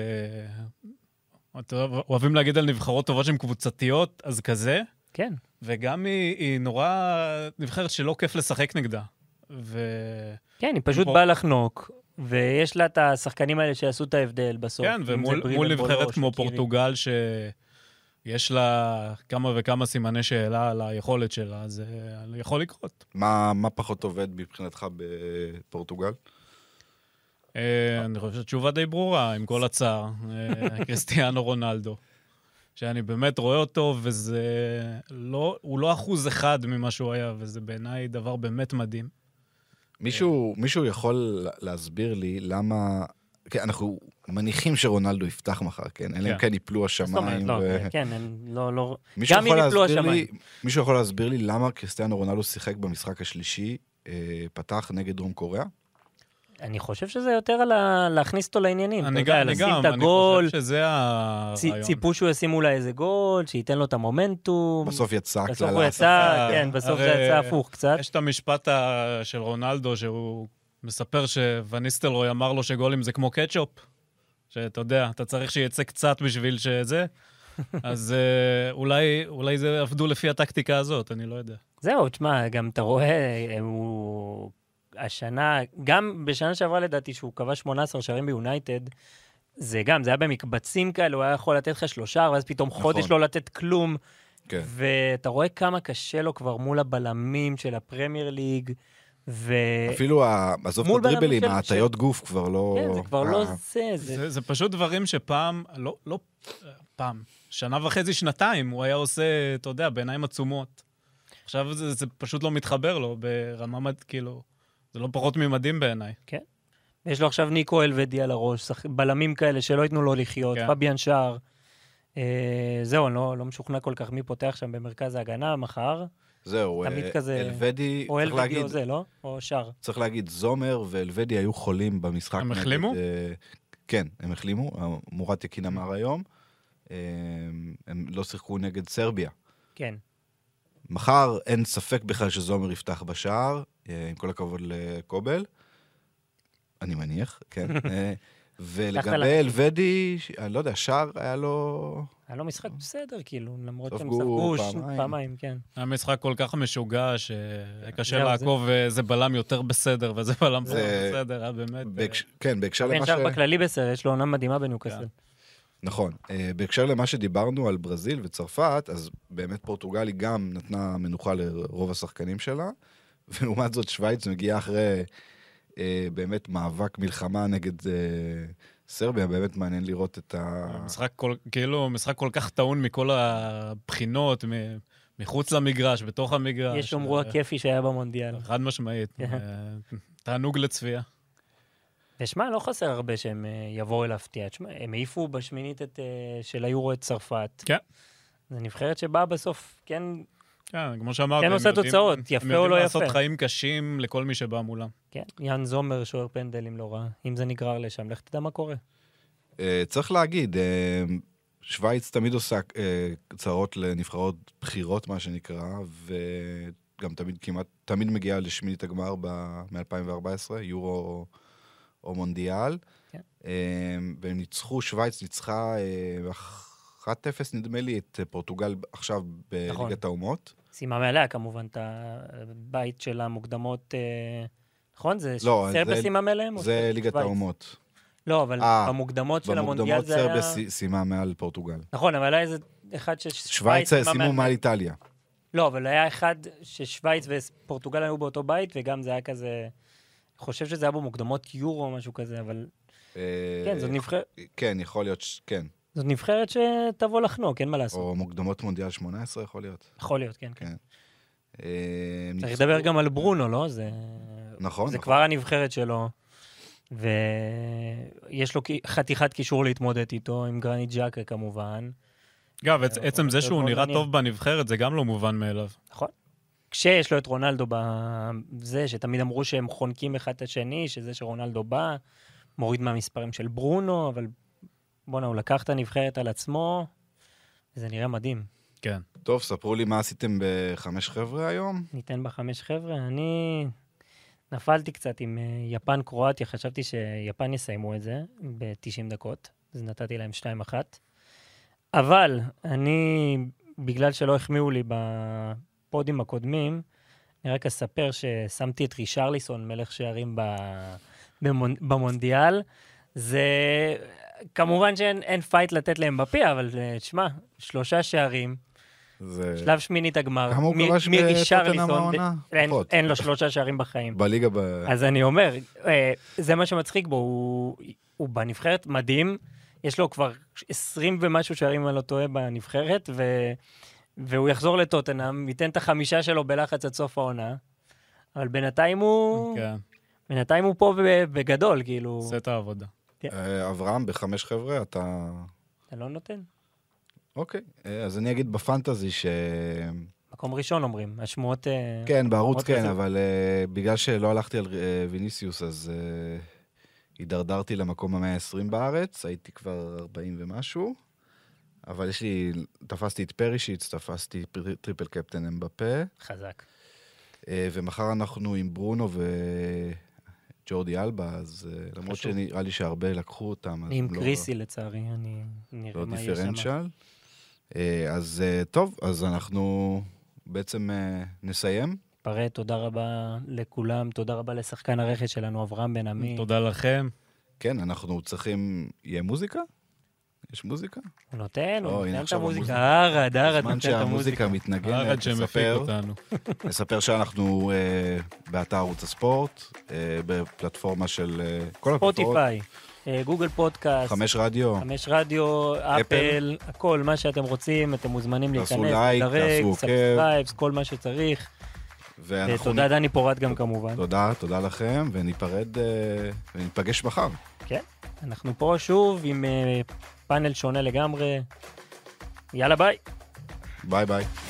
[SPEAKER 4] אוהבים להגיד על נבחרות טובות שהן קבוצתיות, אז כזה.
[SPEAKER 3] כן.
[SPEAKER 4] וגם היא נורא נבחרת שלא כיף לשחק נגדה.
[SPEAKER 3] כן, היא פשוט באה לחנוק, ויש לה את השחקנים האלה שעשו את ההבדל בסוף.
[SPEAKER 4] כן, ומול נבחרת כמו פורטוגל, שיש לה כמה וכמה סימני שאלה על היכולת שלה, זה יכול לקרות.
[SPEAKER 2] מה פחות עובד מבחינתך בפורטוגל?
[SPEAKER 4] אני חושב שהתשובה די ברורה, עם כל הצער. קריסטיאנו רונלדו. שאני באמת רואה אותו, וזה הוא לא 1% ממה שהוא היה, וזה בעיניי דבר באמת מדהים.
[SPEAKER 2] מישהו יכול להסביר לי למה... כן, אנחנו מניחים שרונלדו יפתח מחר, כן? אלא אם כן יפלו השמיים.
[SPEAKER 3] כן, לא... גם אם יפלו השמיים.
[SPEAKER 2] מישהו יכול להסביר לי למה קריסטיאנו רונלדו שיחק במשחק השלישי, פתח נגד דרום קוריאה?
[SPEAKER 3] אני חושב שזה יותר על להכניס אותו לעניינים.
[SPEAKER 4] אני חושב שזה הרעיון.
[SPEAKER 3] ציפו שהוא ישים אולי איזה גול, שייתן לו את המומנטום.
[SPEAKER 2] בסוף יצא
[SPEAKER 3] בסוף הוא יצא, כן, בסוף זה יצא הפוך קצת.
[SPEAKER 4] יש את המשפט של רונלדו, שהוא מספר שוניסטלרוי אמר לו שגולים זה כמו קטשופ, שאתה יודע, אתה צריך שיצא קצת בשביל שזה, אז אולי זה עבדו לפי הטקטיקה הזאת, אני לא יודע.
[SPEAKER 3] זהו, תשמע, גם אתה רואה, הוא... השנה, גם בשנה שעברה לדעתי שהוא קבע 18 שערים ביונייטד, זה היה במקבצים כאלה, הוא היה יכול לתת לך 3, ואז פתאום חודש לא לתת כלום, ואתה רואה כמה קשה לו כבר מול הבלמים של הפרמייר ליג,
[SPEAKER 2] אפילו עזוב את הדריבלים, ההטיות גוף כבר לא...
[SPEAKER 3] כן, זה כבר לא
[SPEAKER 4] זה פשוט דברים שפעם, לא פעם, שנה וחצי, שנתיים, הוא היה עושה, אתה יודע, בעיניים עצומות. עכשיו זה פשוט לא מתחבר לו, ברמה כאילו... זה לא פחות ממדים בעיניי.
[SPEAKER 3] כן. יש לו עכשיו ניקו אלוודי על הראש, בלמים כאלה שלא ייתנו לו לחיות, פביאן שער. זהו, אני לא משוכנע כל כך מי פותח שם במרכז ההגנה מחר.
[SPEAKER 2] זהו, אלוודי,
[SPEAKER 3] או אלוודי או זה, לא? או שער.
[SPEAKER 2] צריך להגיד, זומר ואלוודי היו חולים במשחק.
[SPEAKER 4] הם החלימו?
[SPEAKER 2] כן, הם החלימו, מורת יקין אמר היום. הם לא שיחקו נגד סרביה.
[SPEAKER 3] כן.
[SPEAKER 2] מחר אין ספק בכלל שזומר יפתח בשער, עם כל הכבוד לקובל, אני מניח, כן. ולגבי אלוודי, אני לא יודע, שער היה לו...
[SPEAKER 3] היה לו משחק בסדר, כאילו, למרות שהם ספגו פעמיים, כן.
[SPEAKER 4] היה משחק כל כך משוגע, שקשה לעקוב איזה בלם יותר בסדר, ואיזה בלם בסדר, היה באמת...
[SPEAKER 2] כן, בהקשר למה
[SPEAKER 3] שער בכללי בסדר, יש לו עונה מדהימה בניוקאסל.
[SPEAKER 2] נכון. בהקשר למה שדיברנו על ברזיל וצרפת, אז באמת פורטוגל היא גם נתנה מנוחה לרוב השחקנים שלה, ולעומת זאת שוויץ מגיעה אחרי באמת מאבק מלחמה נגד סרביה, באמת מעניין לראות את
[SPEAKER 4] משחק כל כך טעון מכל הבחינות, מחוץ למגרש, בתוך המגרש.
[SPEAKER 3] יש אומרו הכיפי שהיה במונדיאל.
[SPEAKER 4] חד משמעית. תענוג לצפייה.
[SPEAKER 3] ושמע, לא חסר הרבה שהם יבואו להפתיע. הם העיפו בשמינית של היורו את צרפת.
[SPEAKER 4] כן.
[SPEAKER 3] זה נבחרת שבאה בסוף, כן...
[SPEAKER 4] כן, כמו שאמרתי,
[SPEAKER 3] כן עושה תוצאות, יפה או לא יפה.
[SPEAKER 4] הם יודעים לעשות חיים קשים לכל מי שבא מולם.
[SPEAKER 3] כן, יאן זומר שוער פנדלים לא רע. אם זה נגרר לשם, לך תדע מה קורה.
[SPEAKER 2] צריך להגיד, שוויץ תמיד עושה צרות לנבחרות בחירות, מה שנקרא, וגם תמיד מגיעה לשמינית הגמר מ-2014, יורו או מונדיאל.
[SPEAKER 3] כן.
[SPEAKER 2] והם ניצחו, שוויץ ניצחה 1-0 נדמה לי את פורטוגל עכשיו בליגת האומות.
[SPEAKER 3] שימה מעליה כמובן את הבית של המוקדמות, נכון? זה
[SPEAKER 2] לא,
[SPEAKER 3] סרביה שימה מעליהם?
[SPEAKER 2] זה ליגת האומות.
[SPEAKER 3] לא, אבל במוקדמות של המונדיאל זה היה...
[SPEAKER 2] במוקדמות סרביה שימה מעל פורטוגל.
[SPEAKER 3] נכון, אבל היה איזה אחד
[SPEAKER 2] שוויץ שימו מעל איטליה.
[SPEAKER 3] לא, אבל היה אחד ששוויץ ופורטוגל היו באותו בית, וגם זה היה כזה... אני חושב שזה היה במוקדמות יורו או משהו כזה, אבל... כן, זאת נבחרת...
[SPEAKER 2] כן, יכול להיות, כן.
[SPEAKER 3] זאת נבחרת שתבוא לחנוק, אין מה לעשות.
[SPEAKER 2] או מוקדמות מונדיאל 18 יכול להיות.
[SPEAKER 3] יכול להיות, כן.
[SPEAKER 2] כן.
[SPEAKER 3] צריך לדבר גם על ברונו, לא?
[SPEAKER 2] נכון.
[SPEAKER 3] זה כבר הנבחרת שלו, ויש לו חתיכת קישור להתמודד איתו, עם גרניט ג'אקה כמובן.
[SPEAKER 4] אגב, עצם זה שהוא נראה טוב בנבחרת, זה גם לא מובן מאליו.
[SPEAKER 3] נכון. כשיש לו את רונלדו בזה, שתמיד אמרו שהם חונקים אחד את השני, שזה שרונלדו בא, מוריד מהמספרים של ברונו, אבל בוא'נה, הוא לקח את הנבחרת על עצמו, וזה נראה מדהים.
[SPEAKER 4] כן.
[SPEAKER 2] טוב, ספרו לי מה עשיתם בחמש חבר'ה היום.
[SPEAKER 3] ניתן בחמש חבר'ה. אני נפלתי קצת עם יפן קרואטיה, חשבתי שיפן יסיימו את זה ב-90 דקות, אז נתתי להם 2-1. אבל אני, בגלל שלא החמיאו לי בפודים הקודמים, אני רק אספר ששמתי את רישרליסון, מלך שערים במונדיאל. זה... כמובן שאין פייט לתת להם בפי, אבל תשמע, 3 שערים, שלב שמינית הגמר,
[SPEAKER 2] כמה הוא כבש בטוטנהאם העונה?
[SPEAKER 3] אין לו 3 שערים בחיים.
[SPEAKER 2] בליגה
[SPEAKER 3] אז אני אומר, זה מה שמצחיק בו, הוא בנבחרת מדהים, יש לו כבר 20 ומשהו שערים על אותו בנבחרת, והוא יחזור לטוטנהאם, ייתן את 5 שלו בלחץ עד סוף העונה, אבל בינתיים הוא פה בגדול, כאילו...
[SPEAKER 4] עושה את העבודה.
[SPEAKER 2] אברהם, בחמש חבר'ה, אתה
[SPEAKER 3] לא נותן.
[SPEAKER 2] אוקיי, אז אני אגיד בפנטזי ש...
[SPEAKER 3] מקום ראשון אומרים, השמועות...
[SPEAKER 2] כן, בערוץ כן, אבל בגלל שלא הלכתי על ויניסיוס, אז הידרדרתי למקום ה-120 בארץ, הייתי כבר 40 ומשהו, אבל תפסתי את פרישיץ, תפסתי טריפל קפטן אמבפה.
[SPEAKER 3] חזק.
[SPEAKER 2] ומחר אנחנו עם ברונו ג'ורדי אלבה, אז למרות שנראה לי שהרבה לקחו אותם.
[SPEAKER 3] עם קריסי לצערי, אני נראה מה יש שם.
[SPEAKER 2] אז טוב, אז אנחנו בעצם נסיים.
[SPEAKER 3] פרט, תודה רבה לכולם, תודה רבה לשחקן הרכש שלנו, אברהם בן עמי.
[SPEAKER 4] תודה לכם.
[SPEAKER 2] כן, אנחנו צריכים, יהיה מוזיקה? יש מוזיקה?
[SPEAKER 3] הוא נותן את המוזיקה. ארד נותן את המוזיקה.
[SPEAKER 2] בזמן שהמוזיקה מתנגנת,
[SPEAKER 4] ארד שמפיק אותנו.
[SPEAKER 2] נספר שאנחנו באתר ערוץ הספורט, בפלטפורמה של כל הפלטפורמות.
[SPEAKER 3] ספוטיפיי, גוגל פודקאסט.
[SPEAKER 2] 5 רדיו,
[SPEAKER 3] אפל, הכל, מה שאתם רוצים, אתם מוזמנים להיכנס.
[SPEAKER 2] תעשו לייק, תעשו
[SPEAKER 3] סאבסקרייב, כל מה שצריך. ותודה דני פורט גם כמובן.
[SPEAKER 2] תודה לכם, וניפגש מחר.
[SPEAKER 3] כן, אנחנו פה שוב עם פאנל שונה לגמרי. יאללה ביי.
[SPEAKER 2] ביי ביי.